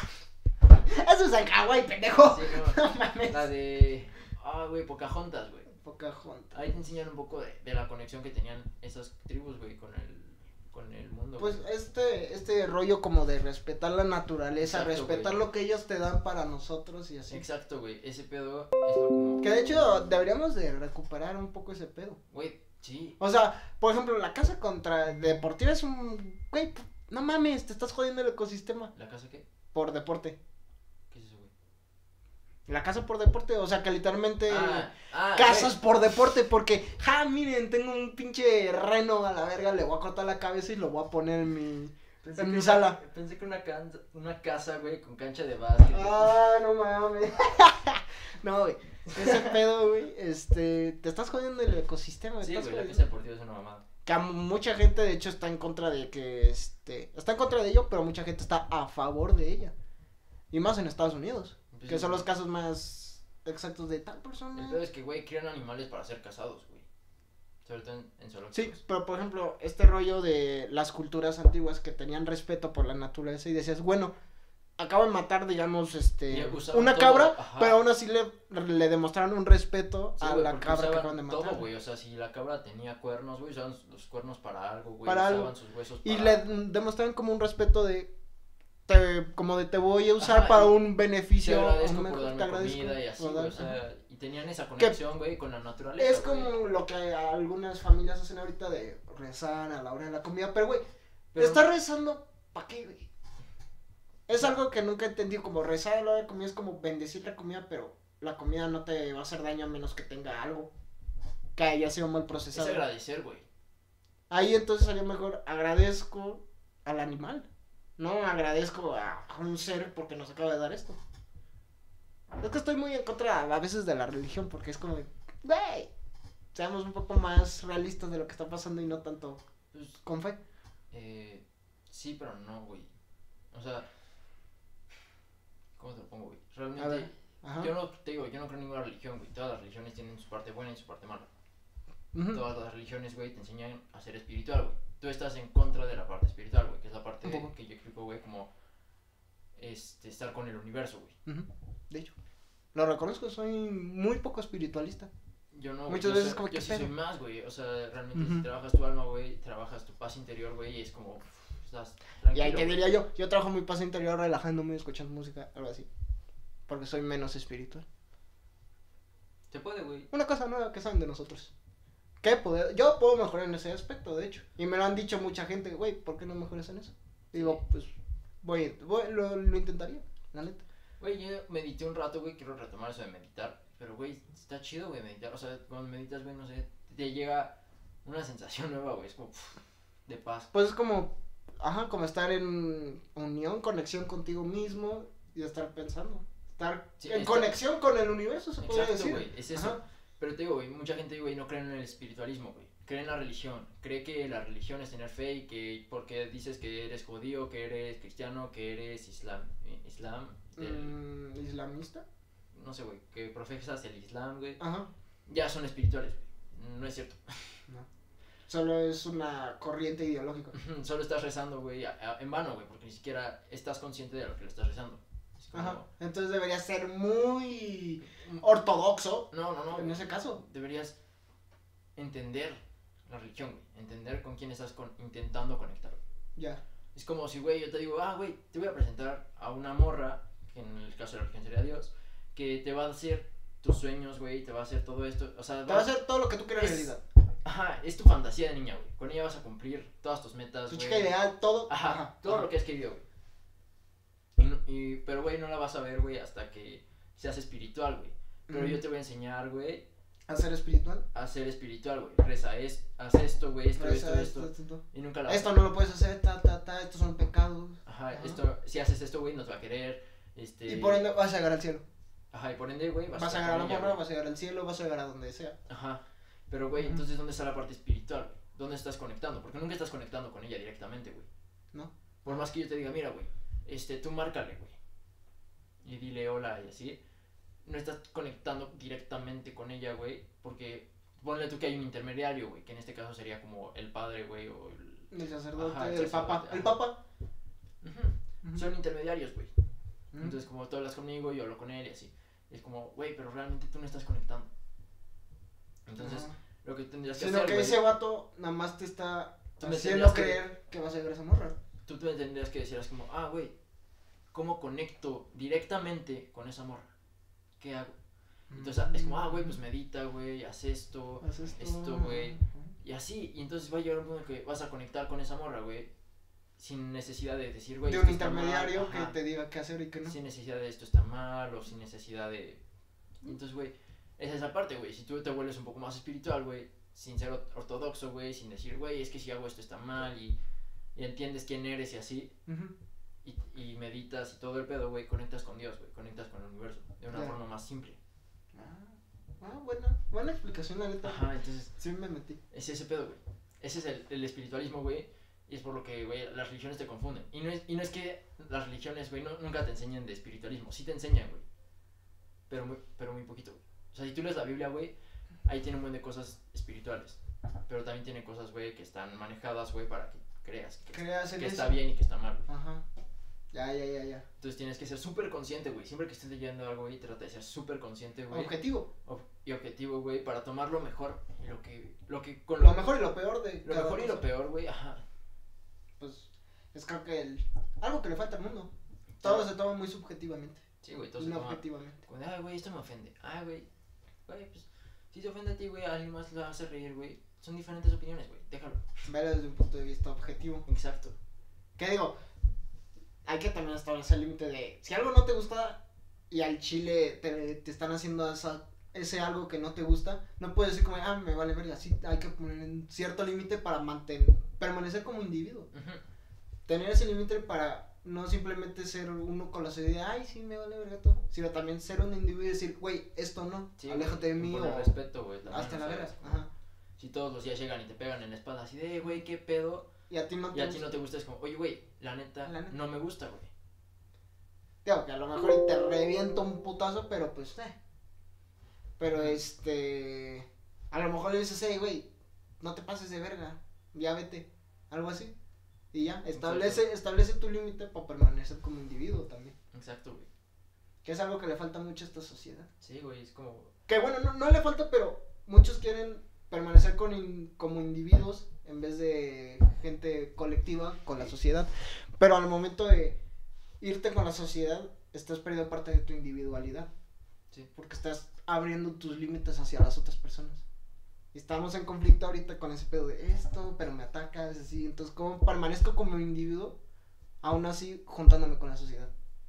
[SPEAKER 1] Eso es en Hawái, pendejo.
[SPEAKER 2] Sí,
[SPEAKER 1] No
[SPEAKER 2] no,
[SPEAKER 1] mames.
[SPEAKER 2] la de... Ah, güey, Pocahontas, güey.
[SPEAKER 1] Pocahontas.
[SPEAKER 2] Ahí te enseñan un poco de, de la conexión que tenían esas tribus, güey, con el, con el mundo.
[SPEAKER 1] Pues
[SPEAKER 2] güey.
[SPEAKER 1] este, este rollo como de respetar la naturaleza,
[SPEAKER 2] Exacto,
[SPEAKER 1] respetar
[SPEAKER 2] güey.
[SPEAKER 1] lo que ellos te dan para nosotros y así.
[SPEAKER 2] Exacto, güey. Ese pedo es lo como...
[SPEAKER 1] Que de hecho deberíamos de recuperar un poco ese pedo.
[SPEAKER 2] Güey, sí.
[SPEAKER 1] O sea, por ejemplo, la casa contra deportiva es un... Güey, p- no mames, te estás jodiendo el ecosistema
[SPEAKER 2] ¿La casa qué?
[SPEAKER 1] por deporte.
[SPEAKER 2] ¿Qué es eso, güey?
[SPEAKER 1] La casa por deporte, o sea que literalmente...
[SPEAKER 2] Ah, ah,
[SPEAKER 1] Casas
[SPEAKER 2] güey.
[SPEAKER 1] por deporte, porque, ja, miren, tengo un pinche reno a la verga, le voy a cortar la cabeza y lo voy a poner en mi...
[SPEAKER 2] Pensé
[SPEAKER 1] en
[SPEAKER 2] que
[SPEAKER 1] mi
[SPEAKER 2] una-
[SPEAKER 1] sala.
[SPEAKER 2] Pensé que una, can- una casa, güey, con cancha de básquet. güey.
[SPEAKER 1] Ah, no mames. No, güey. Ese pedo, güey, este, te estás jodiendo el ecosistema.
[SPEAKER 2] Sí,
[SPEAKER 1] estás
[SPEAKER 2] güey, la
[SPEAKER 1] jodiendo.
[SPEAKER 2] casa deportiva es una mamada.
[SPEAKER 1] Que a mucha gente, de hecho, está en contra de que, este, está en contra de ello, pero mucha gente está a favor de ella. Y más en Estados Unidos,
[SPEAKER 2] Pues
[SPEAKER 1] que
[SPEAKER 2] sí,
[SPEAKER 1] son
[SPEAKER 2] güey.
[SPEAKER 1] los casos más exactos de tal
[SPEAKER 2] El
[SPEAKER 1] persona.
[SPEAKER 2] pedo es que, güey, crían animales para ser cazados, güey. Sobre todo en, en zoológicos.
[SPEAKER 1] Sí, pero por ejemplo, este rollo de las culturas antiguas que tenían respeto por la naturaleza y decías, bueno, acaban de matar, digamos,
[SPEAKER 2] Y
[SPEAKER 1] este,
[SPEAKER 2] usaban
[SPEAKER 1] una
[SPEAKER 2] todo,
[SPEAKER 1] cabra,
[SPEAKER 2] ajá.
[SPEAKER 1] pero aún así le, le demostraron un respeto
[SPEAKER 2] Sí,
[SPEAKER 1] a
[SPEAKER 2] güey,
[SPEAKER 1] la
[SPEAKER 2] porque
[SPEAKER 1] cabra que
[SPEAKER 2] usaban
[SPEAKER 1] acaban de matar.
[SPEAKER 2] todo, güey, o sea, si la cabra tenía cuernos, güey, usaban los cuernos para algo, güey,
[SPEAKER 1] Para
[SPEAKER 2] usaban
[SPEAKER 1] algo.
[SPEAKER 2] sus huesos
[SPEAKER 1] Y
[SPEAKER 2] para...
[SPEAKER 1] le demostraron como un respeto de, te- como de te voy a usar
[SPEAKER 2] Ajá,
[SPEAKER 1] para
[SPEAKER 2] y
[SPEAKER 1] un
[SPEAKER 2] Te
[SPEAKER 1] beneficio.
[SPEAKER 2] agradezco
[SPEAKER 1] un
[SPEAKER 2] por
[SPEAKER 1] mejor-
[SPEAKER 2] darme
[SPEAKER 1] te agradezco
[SPEAKER 2] comida y así,
[SPEAKER 1] por
[SPEAKER 2] güey,
[SPEAKER 1] dar-
[SPEAKER 2] o sea, y tenían esa conexión, güey, con la naturaleza,
[SPEAKER 1] Es
[SPEAKER 2] güey.
[SPEAKER 1] como lo que algunas familias hacen ahorita de rezar a la hora de la comida, pero güey,
[SPEAKER 2] Pero-
[SPEAKER 1] está rezando, ¿para qué, güey? Es algo que nunca he entendido, como rezar a la hora de comida es como bendecir la comida, pero la comida no te va a hacer daño a menos que tenga algo que haya sido mal
[SPEAKER 2] Es
[SPEAKER 1] procesado.
[SPEAKER 2] agradecer, güey.
[SPEAKER 1] Ahí entonces sería mejor agradezco al animal, no agradezco a un ser porque nos acaba de dar esto. Es que estoy muy en contra a veces de la religión porque es como, güey, seamos un poco más realistas de lo que está pasando y no tanto
[SPEAKER 2] Pues,
[SPEAKER 1] con fe.
[SPEAKER 2] eh, sí, pero no, güey. O sea, ¿cómo te lo pongo, güey?
[SPEAKER 1] A
[SPEAKER 2] Realmente,
[SPEAKER 1] ver, ajá.
[SPEAKER 2] yo no, te digo, yo no creo en ninguna religión, güey. Todas las religiones tienen su parte buena y su parte mala.
[SPEAKER 1] Ujú.
[SPEAKER 2] Todas las religiones, güey, te enseñan a ser espiritual, güey. Tú estás en contra de la parte espiritual, güey, que es la parte
[SPEAKER 1] Un poco.
[SPEAKER 2] que yo explico, güey, como este, estar con el universo, güey.
[SPEAKER 1] Ujú. De hecho, lo reconozco, soy muy poco espiritualista.
[SPEAKER 2] Yo no,
[SPEAKER 1] Muchas
[SPEAKER 2] yo
[SPEAKER 1] veces
[SPEAKER 2] soy-
[SPEAKER 1] como,
[SPEAKER 2] yo
[SPEAKER 1] ¿qué
[SPEAKER 2] sí
[SPEAKER 1] pedo?
[SPEAKER 2] soy más, güey. O sea, realmente
[SPEAKER 1] Ujú.
[SPEAKER 2] si trabajas tu alma, güey, trabajas tu paz interior, güey, y es como, uf, estás
[SPEAKER 1] Y
[SPEAKER 2] tranquilo.
[SPEAKER 1] ahí te
[SPEAKER 2] güey.
[SPEAKER 1] diría yo, yo trabajo mi paz interior relajándome, escuchando música, algo así. Porque soy menos espiritual.
[SPEAKER 2] Se puede, güey.
[SPEAKER 1] Una cosa nueva que saben de nosotros. ¿Qué poder? Yo puedo mejorar en ese aspecto, de hecho. Y me lo han dicho mucha gente, güey, ¿por qué no mejoras en eso? Digo, pues, voy, voy lo, lo intentaría, la neta.
[SPEAKER 2] Güey, yo medité un rato, güey, quiero retomar eso de meditar. Pero, güey, está chido, güey, meditar. O sea, cuando meditas, güey, no sé, te llega una sensación nueva, güey. Es como, pff, de paz.
[SPEAKER 1] Pues es como, ajá, como estar en unión, conexión contigo mismo y estar pensando. Estar
[SPEAKER 2] Sí,
[SPEAKER 1] en
[SPEAKER 2] está-
[SPEAKER 1] conexión con el universo, se puede
[SPEAKER 2] Exacto,
[SPEAKER 1] decir.
[SPEAKER 2] güey, es eso.
[SPEAKER 1] Ajá.
[SPEAKER 2] Pero te digo, güey, mucha gente, güey, no cree en el espiritualismo, güey. Cree en la religión. Cree que la religión es tener fe y que porque dices que eres judío, que eres cristiano, que eres islam, eh, islam, el-
[SPEAKER 1] Mm, ¿Islamista?
[SPEAKER 2] no sé, güey, que profesas el islam, güey,
[SPEAKER 1] Ajá.
[SPEAKER 2] ya son espirituales, güey. No es cierto.
[SPEAKER 1] No. Solo es una corriente ideológica.
[SPEAKER 2] Solo estás rezando, güey, a- a- en vano, güey, porque ni siquiera estás consciente de lo que le estás rezando. Es como-
[SPEAKER 1] Ajá. Entonces debería ser muy ortodoxo
[SPEAKER 2] No, no, no.
[SPEAKER 1] en
[SPEAKER 2] güey.
[SPEAKER 1] ese caso.
[SPEAKER 2] Deberías entender la religión, güey. Entender con quién estás con- intentando conectar, güey.
[SPEAKER 1] Ya.
[SPEAKER 2] Es como si, güey, yo te digo, ah, güey, te voy a presentar a una morra, que en el caso de la religión sería Dios, que te va a hacer tus sueños, güey, te va a hacer todo esto. O sea,
[SPEAKER 1] Te va a hacer todo lo que tú quieras
[SPEAKER 2] Es-
[SPEAKER 1] realidad.
[SPEAKER 2] Ajá, es tu fantasía de niña, güey. Con ella vas a cumplir todas tus metas,
[SPEAKER 1] Tu
[SPEAKER 2] güey.
[SPEAKER 1] chica ideal, todo.
[SPEAKER 2] Ajá, todo
[SPEAKER 1] ajá.
[SPEAKER 2] lo que has querido, güey. Y, no- y, pero, güey, no la vas a ver, güey, hasta que seas espiritual, güey. Pero
[SPEAKER 1] Ujú.
[SPEAKER 2] yo te voy a enseñar, güey,
[SPEAKER 1] A ser espiritual.
[SPEAKER 2] a ser espiritual, güey. Reza, es, haz esto, güey, esto,
[SPEAKER 1] Reza,
[SPEAKER 2] esto, esto,
[SPEAKER 1] esto, esto.
[SPEAKER 2] Y nunca la vas
[SPEAKER 1] Esto
[SPEAKER 2] a-
[SPEAKER 1] no lo puedes hacer, ta, ta, ta, estos son pecados.
[SPEAKER 2] Ajá,
[SPEAKER 1] Ajá.
[SPEAKER 2] esto, si haces esto, güey, no te va a querer. Este...
[SPEAKER 1] Y por ende vas a llegar al cielo.
[SPEAKER 2] Ajá, y por ende, güey, vas,
[SPEAKER 1] Vas a
[SPEAKER 2] estar
[SPEAKER 1] llegar a la
[SPEAKER 2] con ella,
[SPEAKER 1] morra,
[SPEAKER 2] güey.
[SPEAKER 1] vas a llegar al cielo, vas a llegar a donde sea.
[SPEAKER 2] Ajá. Pero, güey,
[SPEAKER 1] Ujú.
[SPEAKER 2] entonces, ¿dónde está la parte espiritual, güey? ¿Dónde estás conectando? Porque nunca estás conectando con ella directamente, güey.
[SPEAKER 1] ¿No?
[SPEAKER 2] Por más que yo te diga, mira, güey, este, tú márcale, güey. Y dile hola y así. No estás conectando directamente con ella, güey. Porque ponle tú que hay un intermediario, güey. Que en este caso sería como el padre, güey, o el...
[SPEAKER 1] El sacerdote,
[SPEAKER 2] Ajá, el
[SPEAKER 1] el papa.
[SPEAKER 2] sacerdote,
[SPEAKER 1] El
[SPEAKER 2] ajá.
[SPEAKER 1] papa.
[SPEAKER 2] Ujú.
[SPEAKER 1] Ujú.
[SPEAKER 2] Son intermediarios, güey.
[SPEAKER 1] Ujú.
[SPEAKER 2] Entonces, como tú hablas conmigo, yo hablo con él y así. Es como, güey, pero realmente tú no estás conectando. Entonces,
[SPEAKER 1] Ajá.
[SPEAKER 2] lo que tendrías que
[SPEAKER 1] Sino
[SPEAKER 2] hacer,
[SPEAKER 1] que
[SPEAKER 2] güey,
[SPEAKER 1] ese vato nada más te está
[SPEAKER 2] Tú me
[SPEAKER 1] haciendo
[SPEAKER 2] tendrías que-
[SPEAKER 1] creer que vas a llegar a esa morra.
[SPEAKER 2] tú te tendrías que decir, es como, ah, güey, ¿cómo conecto directamente con esa morra? ¿Qué hago? Entonces, es como, ah, güey, pues medita, güey, haz esto,
[SPEAKER 1] Haz esto,
[SPEAKER 2] esto, güey.
[SPEAKER 1] ajá.
[SPEAKER 2] y así. Y entonces va a llegar un punto en que vas a conectar con esa morra, güey, sin necesidad de decir, güey,
[SPEAKER 1] De
[SPEAKER 2] esto
[SPEAKER 1] un
[SPEAKER 2] está mal,
[SPEAKER 1] intermediario que
[SPEAKER 2] ajá,
[SPEAKER 1] te diga qué hacer y qué no.
[SPEAKER 2] sin necesidad de esto está mal, o sin necesidad de... Entonces, güey, es esa parte, güey, si tú te vuelves un poco más espiritual, güey, sin ser or- ortodoxo, güey, sin decir, güey, es que si hago esto está mal, y, y entiendes quién eres y así,
[SPEAKER 1] Ujú.
[SPEAKER 2] y, y meditas y todo el pedo, güey, conectas con Dios, güey, conectas con el universo, de una
[SPEAKER 1] Ya.
[SPEAKER 2] forma más simple.
[SPEAKER 1] Ah, ah, buena, buena explicación, la neta.
[SPEAKER 2] Ajá, entonces,
[SPEAKER 1] Sí me metí.
[SPEAKER 2] es ese pedo, güey. Ese es el, el espiritualismo, güey. Y es por lo que, güey, las religiones te confunden. Y no es, y no es que las religiones, güey, no, nunca te enseñen de espiritualismo. Sí te enseñan, güey. Pero muy, pero muy poquito, güey. O sea, si tú lees la Biblia, güey, ahí tiene un buen de cosas espirituales. Pero también tiene cosas, güey, que están manejadas, güey, para que creas que,
[SPEAKER 1] Creas en
[SPEAKER 2] que
[SPEAKER 1] eso.
[SPEAKER 2] está bien y que está mal, güey.
[SPEAKER 1] Ajá. Ya, ya, ya, ya.
[SPEAKER 2] Entonces tienes que ser súper consciente, güey. Siempre que estés leyendo algo, güey, trata de ser súper consciente, güey.
[SPEAKER 1] Objetivo.
[SPEAKER 2] ob- y objetivo, güey, para tomar lo mejor y lo que, lo que con
[SPEAKER 1] Lo mejor y lo peor de
[SPEAKER 2] lo
[SPEAKER 1] cada
[SPEAKER 2] mejor y lo
[SPEAKER 1] cosa.
[SPEAKER 2] peor, güey, ajá.
[SPEAKER 1] Pues es creo que el, algo que le falta al mundo. Todo se toma muy subjetivamente.
[SPEAKER 2] Sí, güey, todo
[SPEAKER 1] Y
[SPEAKER 2] se
[SPEAKER 1] no
[SPEAKER 2] toma
[SPEAKER 1] objetivamente.
[SPEAKER 2] como de, ay, güey, esto me ofende. Ay, güey, güey, pues, si te ofende a ti, güey, a alguien más le hace reír, güey. Son diferentes opiniones, güey, déjalo.
[SPEAKER 1] Verlo desde un punto de vista objetivo.
[SPEAKER 2] Exacto.
[SPEAKER 1] ¿Qué digo? Hay que también establecer el límite de si algo no te gusta y al chile te, te están haciendo esa, ese algo que no te gusta, no puedes decir como, ah, me vale verga. Sí, hay que poner un cierto límite para mantener, permanecer como individuo.
[SPEAKER 2] Ujú.
[SPEAKER 1] Tener ese límite para no simplemente ser uno con la sociedad de, ay, sí, me vale verga todo, sino también ser un individuo y decir, güey, esto no,
[SPEAKER 2] Sí,
[SPEAKER 1] aléjate de
[SPEAKER 2] güey,
[SPEAKER 1] mí
[SPEAKER 2] imponer
[SPEAKER 1] o
[SPEAKER 2] respeto, güey. también,
[SPEAKER 1] hasta
[SPEAKER 2] o
[SPEAKER 1] la
[SPEAKER 2] sea,
[SPEAKER 1] verga.
[SPEAKER 2] es como,
[SPEAKER 1] Ajá.
[SPEAKER 2] Si todos los días llegan y te pegan en la espalda así de, güey, qué pedo.
[SPEAKER 1] Y a ti no te
[SPEAKER 2] Y a ti
[SPEAKER 1] gusta.
[SPEAKER 2] no te gusta, es como, oye, güey, la neta,
[SPEAKER 1] La neta.
[SPEAKER 2] no me gusta, güey.
[SPEAKER 1] Digo, que a lo mejor y te reviento un putazo, pero pues, eh. Pero este. A lo mejor le dices, hey, güey, no te pases de verga, ya vete. Algo así. Y ya, establece, establece tu límite para permanecer como individuo también.
[SPEAKER 2] Exacto, güey.
[SPEAKER 1] Que es algo que le falta mucho a esta sociedad.
[SPEAKER 2] Sí, güey, es como,
[SPEAKER 1] Que bueno, no, no le falta, pero muchos quieren permanecer con in- como individuos en vez de gente colectiva con la sociedad. Pero al momento de irte con la sociedad, estás perdiendo parte de tu individualidad.
[SPEAKER 2] sí.
[SPEAKER 1] Porque estás abriendo tus límites hacia las otras personas. Estamos en conflicto ahorita con ese pedo de esto, pero me atacas, así. Entonces, ¿cómo permanezco como individuo, aún así juntándome con la sociedad?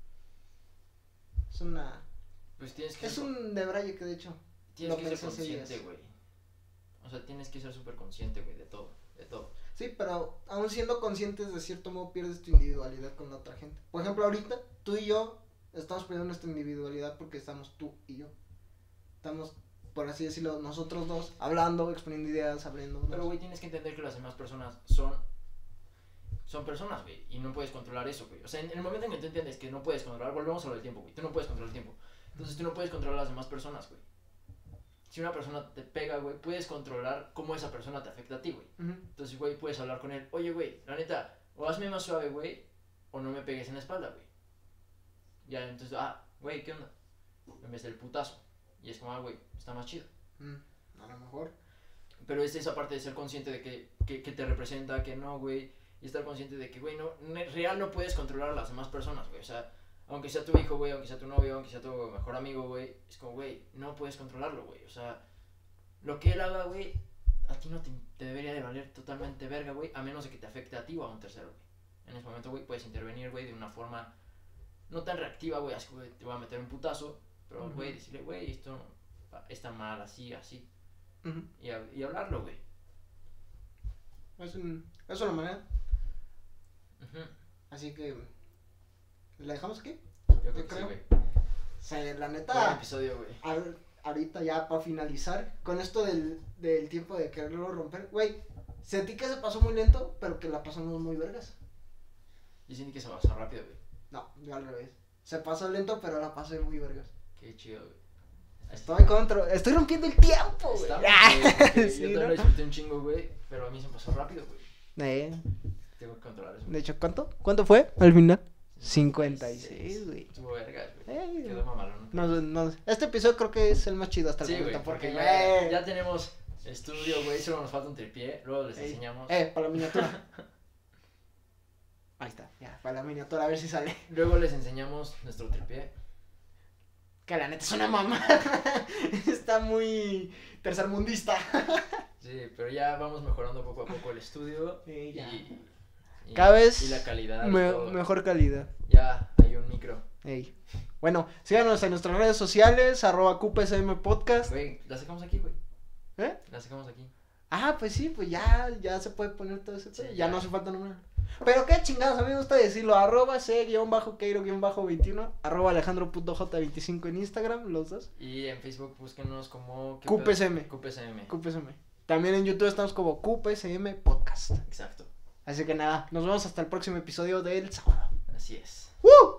[SPEAKER 1] Es una...
[SPEAKER 2] Pues tienes que
[SPEAKER 1] Es
[SPEAKER 2] ser,
[SPEAKER 1] un debraye que de hecho...
[SPEAKER 2] tienes
[SPEAKER 1] lo
[SPEAKER 2] que ser
[SPEAKER 1] pensé hace
[SPEAKER 2] consciente,
[SPEAKER 1] días.
[SPEAKER 2] güey. O sea, tienes que ser súper consciente, güey, de todo, de todo.
[SPEAKER 1] Sí, pero aún siendo conscientes, de cierto modo pierdes tu individualidad con la otra gente. Por ejemplo, ahorita, tú y yo estamos perdiendo nuestra individualidad porque estamos tú y yo. Estamos, por así decirlo, nosotros dos, hablando, exponiendo ideas, hablando.
[SPEAKER 2] Pero, güey, tienes que entender que las demás personas son son personas, güey, y no puedes controlar eso, güey. O sea, en el momento en que tú entiendes que no puedes controlar, volvemos a lo del tiempo, güey. Tú no puedes controlar el tiempo. Entonces tú no puedes controlar a las demás personas, güey. Si una persona te pega, güey, puedes controlar cómo esa persona te afecta a ti, güey.
[SPEAKER 1] Uh-huh.
[SPEAKER 2] Entonces, güey, puedes hablar con él. Oye, güey, la neta, o hazme más suave, güey, o no me pegues en la espalda, güey. Ya, entonces, ah, güey, ¿qué onda? En vez del putazo. Y es como, ah, güey, está más chido.
[SPEAKER 1] Mm, a lo mejor.
[SPEAKER 2] Pero es esa parte de ser consciente de que, que, que te representa, que no, güey. Y estar consciente de que, güey, no, ne- real no puedes controlar a las demás personas, güey. O sea, aunque sea tu hijo, güey, aunque sea tu novio, aunque sea tu mejor amigo, güey. Es como, güey, no puedes controlarlo, güey. O sea, lo que él haga, güey, a ti no te, te debería de valer totalmente verga, güey. A menos de que te afecte a ti o a un tercero, güey. En ese momento, güey, puedes intervenir, güey, de una forma no tan reactiva, güey. Así, güey, te voy a meter un putazo. Pero, güey,
[SPEAKER 1] Ujú.
[SPEAKER 2] decirle, güey, esto está mal, así, así.
[SPEAKER 1] Uh-huh.
[SPEAKER 2] Y, hab- y hablarlo, güey.
[SPEAKER 1] Es, un, es una manera.
[SPEAKER 2] Ujú.
[SPEAKER 1] Así que... ¿la dejamos aquí?
[SPEAKER 2] Yo creo
[SPEAKER 1] Yo
[SPEAKER 2] que
[SPEAKER 1] creo.
[SPEAKER 2] sí, güey.
[SPEAKER 1] O sea, la
[SPEAKER 2] Buen
[SPEAKER 1] neta...
[SPEAKER 2] episodio, güey.
[SPEAKER 1] al- ahorita ya para finalizar, con esto del, del tiempo de quererlo romper, güey, sentí que se pasó muy lento, pero que la pasamos muy vergas.
[SPEAKER 2] Yo sentí que se pasó rápido, güey.
[SPEAKER 1] No, yo al revés. Se pasó lento, pero la pasé muy vergas.
[SPEAKER 2] Qué chido, güey.
[SPEAKER 1] Estoy contra... Estoy rompiendo el tiempo, güey.
[SPEAKER 2] Está
[SPEAKER 1] Ah,
[SPEAKER 2] bien, güey, porque
[SPEAKER 1] sí,
[SPEAKER 2] yo también
[SPEAKER 1] ¿no?
[SPEAKER 2] lo disfruté un chingo, güey. Pero a mí se me pasó rápido, güey.
[SPEAKER 1] Eh,
[SPEAKER 2] Tengo que controlar eso.
[SPEAKER 1] de hecho, ¿cuánto? ¿Cuánto fue al final? cincuenta y seis, güey.
[SPEAKER 2] Estuvo vergas, güey.
[SPEAKER 1] Eh,
[SPEAKER 2] Quedó mamalón.
[SPEAKER 1] no, no, este episodio creo que es el más chido hasta el
[SPEAKER 2] Sí,
[SPEAKER 1] momento.
[SPEAKER 2] güey, porque
[SPEAKER 1] porque,
[SPEAKER 2] ya,
[SPEAKER 1] güey,
[SPEAKER 2] ya tenemos estudio, güey. Solo nos falta un tripié. Luego les
[SPEAKER 1] Ey.
[SPEAKER 2] enseñamos.
[SPEAKER 1] Eh, para la miniatura. Ahí está, ya, para la miniatura, a ver si sale.
[SPEAKER 2] Luego les enseñamos nuestro tripié.
[SPEAKER 1] Que la neta es una mamá. Está muy tercermundista.
[SPEAKER 2] Sí, pero ya vamos mejorando poco a poco el estudio.
[SPEAKER 1] Sí, ya.
[SPEAKER 2] Y, y-
[SPEAKER 1] Cada vez
[SPEAKER 2] y la calidad. y
[SPEAKER 1] Me-
[SPEAKER 2] todo.
[SPEAKER 1] mejor calidad.
[SPEAKER 2] Ya hay un micro.
[SPEAKER 1] Ey. Bueno, síganos en nuestras redes sociales, arroba Q P S M Podcast.
[SPEAKER 2] Güey, la sacamos aquí, güey.
[SPEAKER 1] ¿Eh?
[SPEAKER 2] La sacamos aquí.
[SPEAKER 1] Ah, pues sí, pues ya, ya se puede poner todo ese pedo.
[SPEAKER 2] Sí,
[SPEAKER 1] ya
[SPEAKER 2] ya.
[SPEAKER 1] no hace falta nombrar. Pero qué chingados, a mí me gusta decirlo, arroba c guión bajo keiro guión bajo veintiuno, arroba alejandro punto j veinticinco en Instagram, los dos.
[SPEAKER 2] Y en Facebook búsquenos como ¿qué
[SPEAKER 1] Q P S
[SPEAKER 2] pedo?
[SPEAKER 1] M.
[SPEAKER 2] Q P S M.
[SPEAKER 1] Q P S M. También en YouTube estamos como Q P S M Podcast.
[SPEAKER 2] Exacto.
[SPEAKER 1] Así que nada, nos vemos hasta el próximo episodio del sábado.
[SPEAKER 2] Así es.
[SPEAKER 1] ¡Woo!